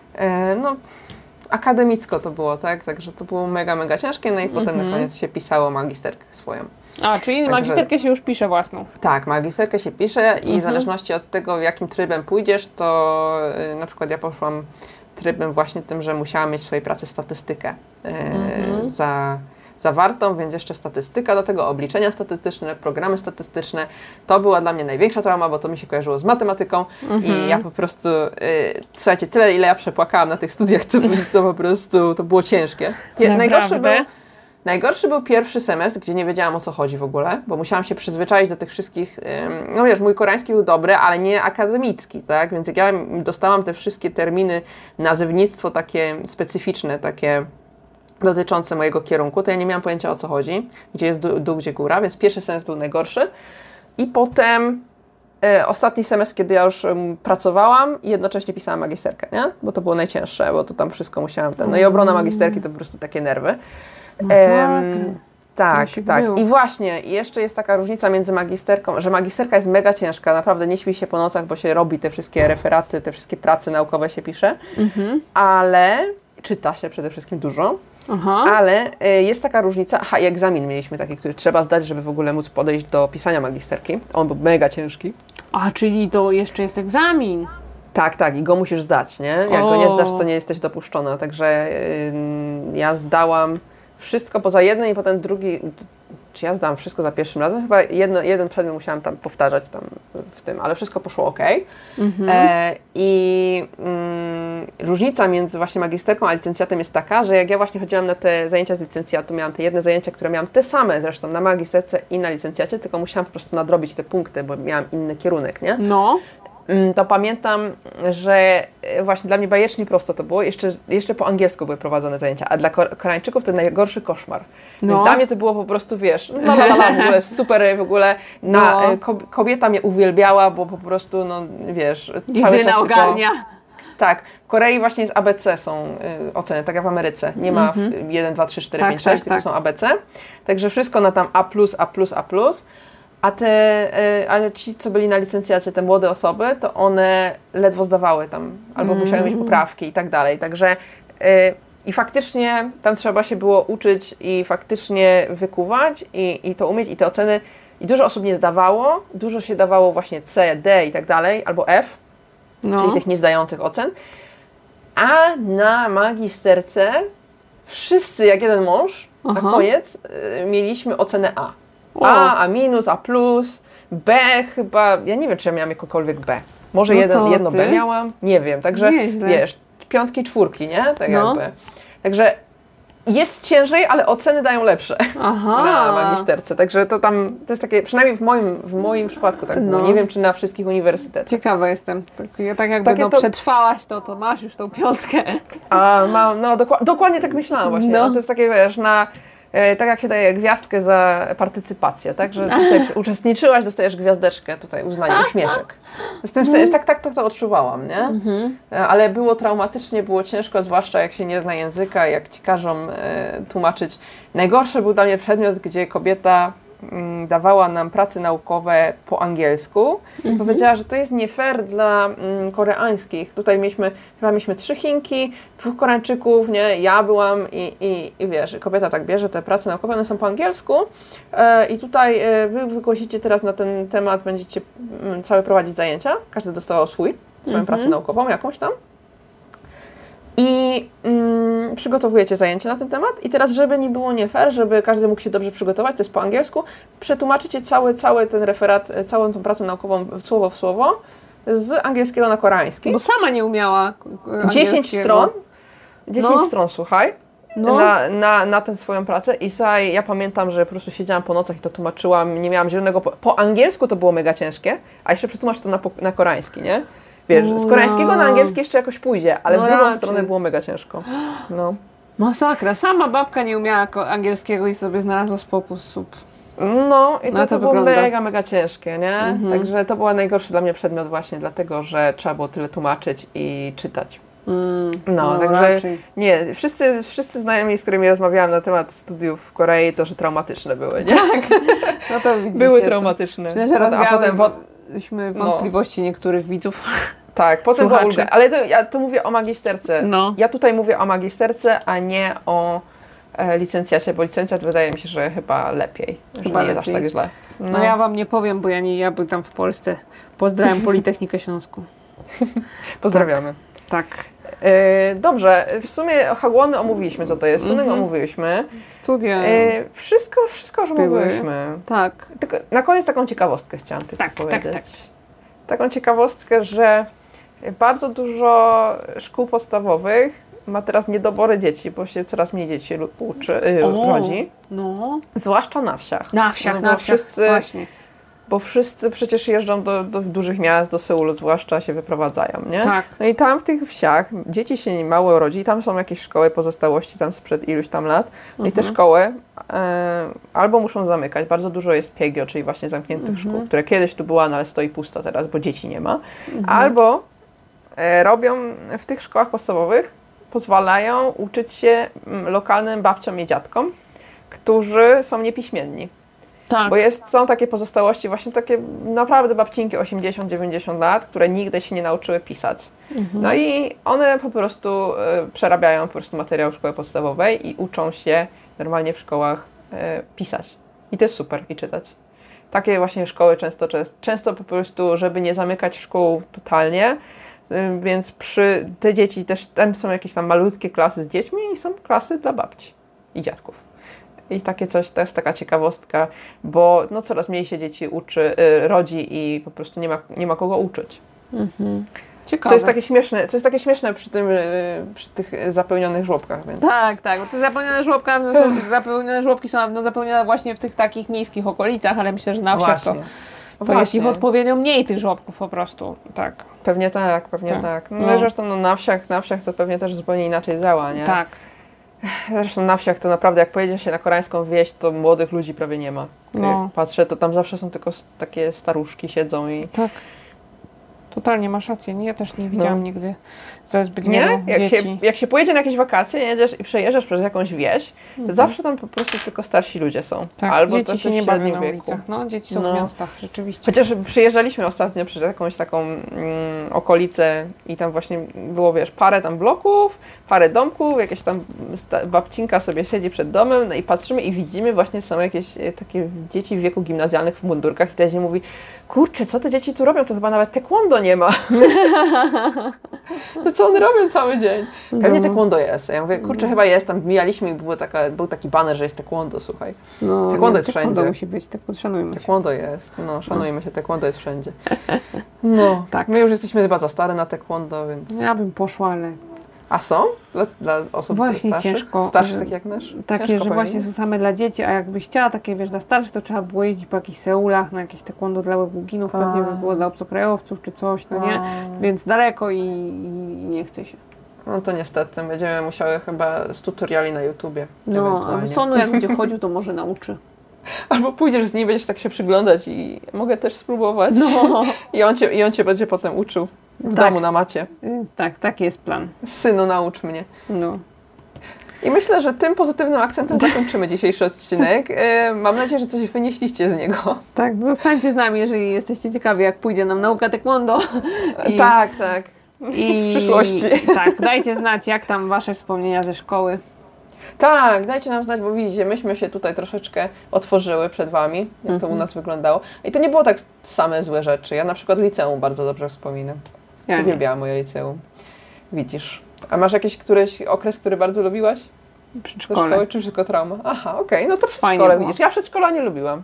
akademicko to było, tak? Także to było mega ciężkie, no i potem na koniec się pisało magisterkę swoją. A, czyli magisterkę się już pisze własną. Tak, magisterkę się pisze i w zależności od tego, jakim trybem pójdziesz, to na przykład ja poszłam trybem właśnie tym, że musiałam mieć w swojej pracy statystykę zawartą, więc jeszcze statystyka, do tego obliczenia statystyczne, programy statystyczne. To była dla mnie największa trauma, bo to mi się kojarzyło z matematyką i ja po prostu, słuchajcie, tyle ile ja przepłakałam na tych studiach, to po prostu, to było ciężkie. Najgorszy był pierwszy semestr, gdzie nie wiedziałam o co chodzi w ogóle, bo musiałam się przyzwyczaić do tych wszystkich, no wiesz, mój koreański był dobry, ale nie akademicki, tak, więc jak ja dostałam te wszystkie terminy, nazewnictwo takie specyficzne, takie dotyczące mojego kierunku, to ja nie miałam pojęcia o co chodzi, gdzie jest dół, gdzie góra, więc pierwszy semestr był najgorszy i potem ostatni semestr, kiedy ja już pracowałam i jednocześnie pisałam magisterkę, nie? Bo to było najcięższe, bo to tam wszystko musiałam, no i obrona magisterki to po prostu takie nerwy. Tak. I właśnie, jeszcze jest taka różnica między magisterką, że magisterka jest mega ciężka, naprawdę nie śpi się po nocach, bo się robi te wszystkie referaty, te wszystkie prace naukowe się pisze, ale czyta się przede wszystkim dużo. Ale jest taka różnica, i egzamin mieliśmy taki, który trzeba zdać, żeby w ogóle móc podejść do pisania magisterki. On był mega ciężki. A, czyli to jeszcze jest egzamin. Tak, i go musisz zdać, nie? Jak go nie zdasz, to nie jesteś dopuszczona. Także ja zdałam wszystko poza jednym i potem drugi, czy ja zdałam wszystko za pierwszym razem? Chyba jeden przedmiot musiałam tam powtarzać tam w tym, ale wszystko poszło ok. Różnica między właśnie magisterką a licencjatem jest taka, że jak ja właśnie chodziłam na te zajęcia z licencjatu, miałam te jedne zajęcia, które miałam te same zresztą na magisterce i na licencjacie, tylko musiałam po prostu nadrobić te punkty, bo miałam inny kierunek, nie? to pamiętam, że właśnie dla mnie bajecznie prosto to było. Jeszcze po angielsku były prowadzone zajęcia, a dla Koreańczyków to najgorszy koszmar. Więc dla mnie to było po prostu, wiesz, w ogóle super, w ogóle kobieta mnie uwielbiała, bo po prostu, wiesz, cały czas ogarnia. Tak, w Korei właśnie jest ABC są oceny, tak jak w Ameryce. Nie ma 1, 2, 3, 4, 5, 6, tylko są ABC. Także wszystko na tam A+, A+, A+. Ale ci, co byli na licencjacie, te młode osoby, to one ledwo zdawały tam, albo musiały mieć poprawki i tak dalej. Także i faktycznie tam trzeba się było uczyć i faktycznie wykuwać i to umieć i te oceny. I dużo osób nie zdawało, dużo się dawało właśnie C, D i tak dalej, albo F, czyli tych niezdających ocen. A na magisterce wszyscy, jak jeden mąż, na koniec mieliśmy ocenę A. A minus, A plus, B chyba, ja nie wiem, czy ja miałam jakąkolwiek B. Może jedno B miałam, nie wiem, także wiesz, 5, 4, nie? Tak jakby. Także jest ciężej, ale oceny dają lepsze na magisterce, także to jest takie, przynajmniej w moim przypadku tak było, nie wiem, czy na wszystkich uniwersytetach. Ciekawa jestem, tak jakby przetrwałaś to masz już tą 5. Dokładnie tak myślałam właśnie, to jest takie, wiesz, tak jak się daje gwiazdkę za partycypację, tak? Że tutaj uczestniczyłaś, dostajesz gwiazdeczkę, tutaj uznanie, uśmieszek. W tym sensie, tak to odczuwałam, nie? Ale było traumatycznie, było ciężko, zwłaszcza jak się nie zna języka, jak ci każą tłumaczyć. Najgorszy był dla mnie przedmiot, gdzie kobieta dawała nam prace naukowe po angielsku i powiedziała, że to jest nie fair dla koreańskich. Tutaj mieliśmy 3 Chinki, 2 Koreańczyków, nie? Ja byłam i wiesz, kobieta tak bierze te prace naukowe, one są po angielsku i tutaj wy wygłosicie teraz na ten temat, będziecie całe prowadzić zajęcia, każdy dostawał swoją pracę naukową, jakąś tam. I przygotowujecie zajęcie na ten temat i teraz, żeby nie było nie fair, żeby każdy mógł się dobrze przygotować, to jest po angielsku, przetłumaczycie cały ten referat, całą tą pracę naukową słowo w słowo z angielskiego na koreański. Bo sama nie umiała angielskiego. 10 stron, słuchaj, na tę swoją pracę i ja pamiętam, że po prostu siedziałam po nocach i to tłumaczyłam, nie miałam zielonego, po angielsku to było mega ciężkie, a jeszcze przetłumaczę to na koreański, nie? Wiesz, z koreańskiego na angielski jeszcze jakoś pójdzie, ale w drugą stronę było mega ciężko. Masakra. Sama babka nie umiała angielskiego i sobie znalazła sposób. I to było mega ciężkie, nie? Także to był najgorszy dla mnie przedmiot właśnie dlatego, że trzeba było tyle tłumaczyć i czytać. Także raczej. Nie, wszyscy znajomi, z którymi rozmawiałam na temat studiów w Korei, to że traumatyczne były, nie? Tak, to widzicie. Były traumatyczne. A potem mieliśmy wątpliwości niektórych widzów. Tak, potem była ulga. Ale ja tu mówię o magisterce. Ja tutaj mówię o magisterce, a nie o licencjacie, bo licencjat wydaje mi się, że chyba lepiej. Że nie jest aż tak źle. Ja wam nie powiem, bo ja byłem tam w Polsce. Pozdrawiam Politechnikę Śląską. Pozdrawiamy. Tak. Dobrze, w sumie Hagwony omówiliśmy, co to jest. Suning omówiliśmy. Studia. Wszystko już omówiłyśmy. Tak. Tylko na koniec taką ciekawostkę chciałam powiedzieć. Tak. Taką ciekawostkę, że bardzo dużo szkół podstawowych ma teraz niedobory dzieci, bo się coraz mniej dzieci rodzi. Zwłaszcza na wsiach. Na wsiach, właśnie. Bo wszyscy przecież jeżdżą do dużych miast, do Seulu zwłaszcza, się wyprowadzają, nie? Tak. No i tam w tych wsiach dzieci się mało rodzi, tam są jakieś szkoły pozostałości tam sprzed iluś tam lat. No i te szkoły albo muszą zamykać, bardzo dużo jest PGIO, czyli właśnie zamkniętych szkół, które kiedyś tu była, no ale stoi pusta teraz, bo dzieci nie ma. Albo robią w tych szkołach podstawowych, pozwalają uczyć się lokalnym babciom i dziadkom, którzy są niepiśmienni. Tak. Bo są takie pozostałości, właśnie takie naprawdę babcinki 80-90 lat, które nigdy się nie nauczyły pisać. No i one po prostu przerabiają po prostu materiał szkoły podstawowej i uczą się normalnie w szkołach pisać. I to jest super, i czytać. Takie właśnie szkoły często po prostu, żeby nie zamykać szkół totalnie, więc te dzieci też, tam są jakieś tam malutkie klasy z dziećmi i są klasy dla babci i dziadków. I takie coś, to jest taka ciekawostka, bo coraz mniej się dzieci rodzi i po prostu nie ma kogo uczyć. Ciekawe. Co jest takie śmieszne przy tych zapełnionych żłobkach. Więc. Tak, bo te zapełnione żłobki są zapełnione właśnie w tych takich miejskich okolicach, ale myślę, że na wsiach to to jest ich odpowiednio mniej tych żłobków po prostu, tak. Pewnie tak. No i zresztą na wsiach to pewnie też zupełnie inaczej działa, nie? Tak. Zresztą na wsiach to naprawdę, jak pojedzie się na koreańską wieś, to młodych ludzi prawie nie ma. Jak patrzę, to tam zawsze są tylko takie staruszki siedzą i... Tak. Totalnie masz rację. Ja też nie widziałam nigdy zbyt wielu dzieci. Jak się pojedzie na jakieś wakacje, jedziesz i przejeżdżasz przez jakąś wieś, to zawsze tam po prostu tylko starsi ludzie są. Tak, albo dzieci się nie bawią na ulicach. No, dzieci są w miastach, rzeczywiście. Chociaż przyjeżdżaliśmy ostatnio przez jakąś taką okolicę i tam właśnie było, parę tam bloków, parę domków, jakieś tam babcinka sobie siedzi przed domem, no i patrzymy i widzimy właśnie są jakieś takie dzieci w wieku gimnazjalnych w mundurkach i też mówi, kurczę, co te dzieci tu robią? To chyba nawet taekwondo nie ma. To co one robią cały dzień? Pewnie taekwondo jest. Ja mówię, kurczę, chyba jest. Tam mijaliśmy i był taki baner, że jest taekwondo, słuchaj. Taekwondo jest wszędzie. Taekwondo musi być, szanujmy się. Taekwondo jest. No, szanujmy się, taekwondo jest wszędzie. No, tak. My już jesteśmy chyba za stare na taekwondo, więc... Ja bym poszła, ale... A są? Dla osób właśnie starszych? Ciężko. Starszych tak jak nasz? Takie, ciężko że właśnie są same dla dzieci, a jakbyś chciała takie, dla starszych, to trzeba było jeździć po jakichś Seulach, na jakieś taekwondo dla łebługinów, pewnie by było dla obcokrajowców czy coś, no nie? Więc daleko i nie chce się. No to niestety, będziemy musiały chyba z tutoriali na YouTubie. No, Sonu jak będzie chodził, to może nauczy. Albo pójdziesz z nim, będziesz tak się przyglądać i mogę też spróbować. No. I on cię będzie potem uczył w domu na macie. Tak, taki jest plan. Synu, naucz mnie. No. I myślę, że tym pozytywnym akcentem zakończymy dzisiejszy odcinek. Mam nadzieję, że coś wynieśliście z niego. Tak, zostańcie z nami, jeżeli jesteście ciekawi, jak pójdzie nam nauka taekwondo. Tak. I w przyszłości. Tak, dajcie znać, jak tam wasze wspomnienia ze szkoły. Tak, dajcie nam znać, bo widzicie, myśmy się tutaj troszeczkę otworzyły przed wami, jak to u nas wyglądało. I to nie było tak same złe rzeczy. Ja na przykład liceum bardzo dobrze wspominam. Uwielbiałam moje liceum. Widzisz. A masz jakiś któryś okres, który bardzo lubiłaś? Przedszkole. Szkoły, czy wszystko trauma? Aha, okej, no to przedszkole, widzisz. Ja przedszkola nie lubiłam.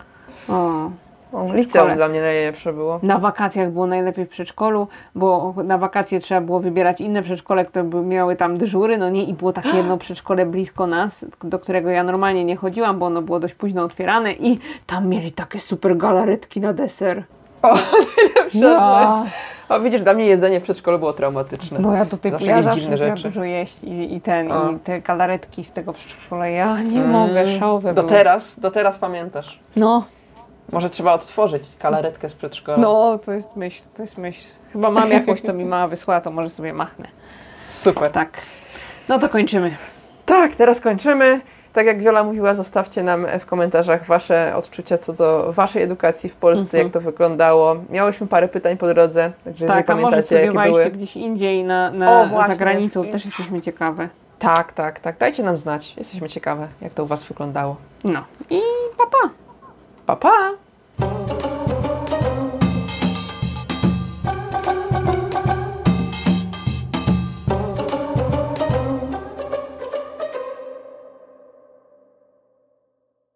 Liceum dla mnie najlepsze było. Na wakacjach było najlepiej w przedszkolu, bo na wakacje trzeba było wybierać inne przedszkole, które by miały tam dyżury, no nie, i było takie jedno przedszkole blisko nas, do którego ja normalnie nie chodziłam, bo ono było dość późno otwierane i tam mieli takie super galaretki na deser. O, najlepsze. A widzisz, dla mnie jedzenie w przedszkolu było traumatyczne. No ja do tej pory zawsze dużo jeść i te galaretki z tego przedszkola, ja nie mogę, szałowe Do teraz pamiętasz. No. Może trzeba odtworzyć galaretkę z przedszkola. No, to jest myśl. Chyba mam jakąś, co mi mama wysłała, to może sobie machnę. Super. Tak. No to kończymy. Tak, teraz kończymy. Tak jak Wiola mówiła, zostawcie nam w komentarzach wasze odczucia co do waszej edukacji w Polsce, jak to wyglądało. Miałyśmy parę pytań po drodze, także jeżeli pamiętacie, jakie były. Gdzieś indziej za granicą, też jesteśmy ciekawe. Tak. Dajcie nam znać. Jesteśmy ciekawe, jak to u was wyglądało. No i pa. Pa!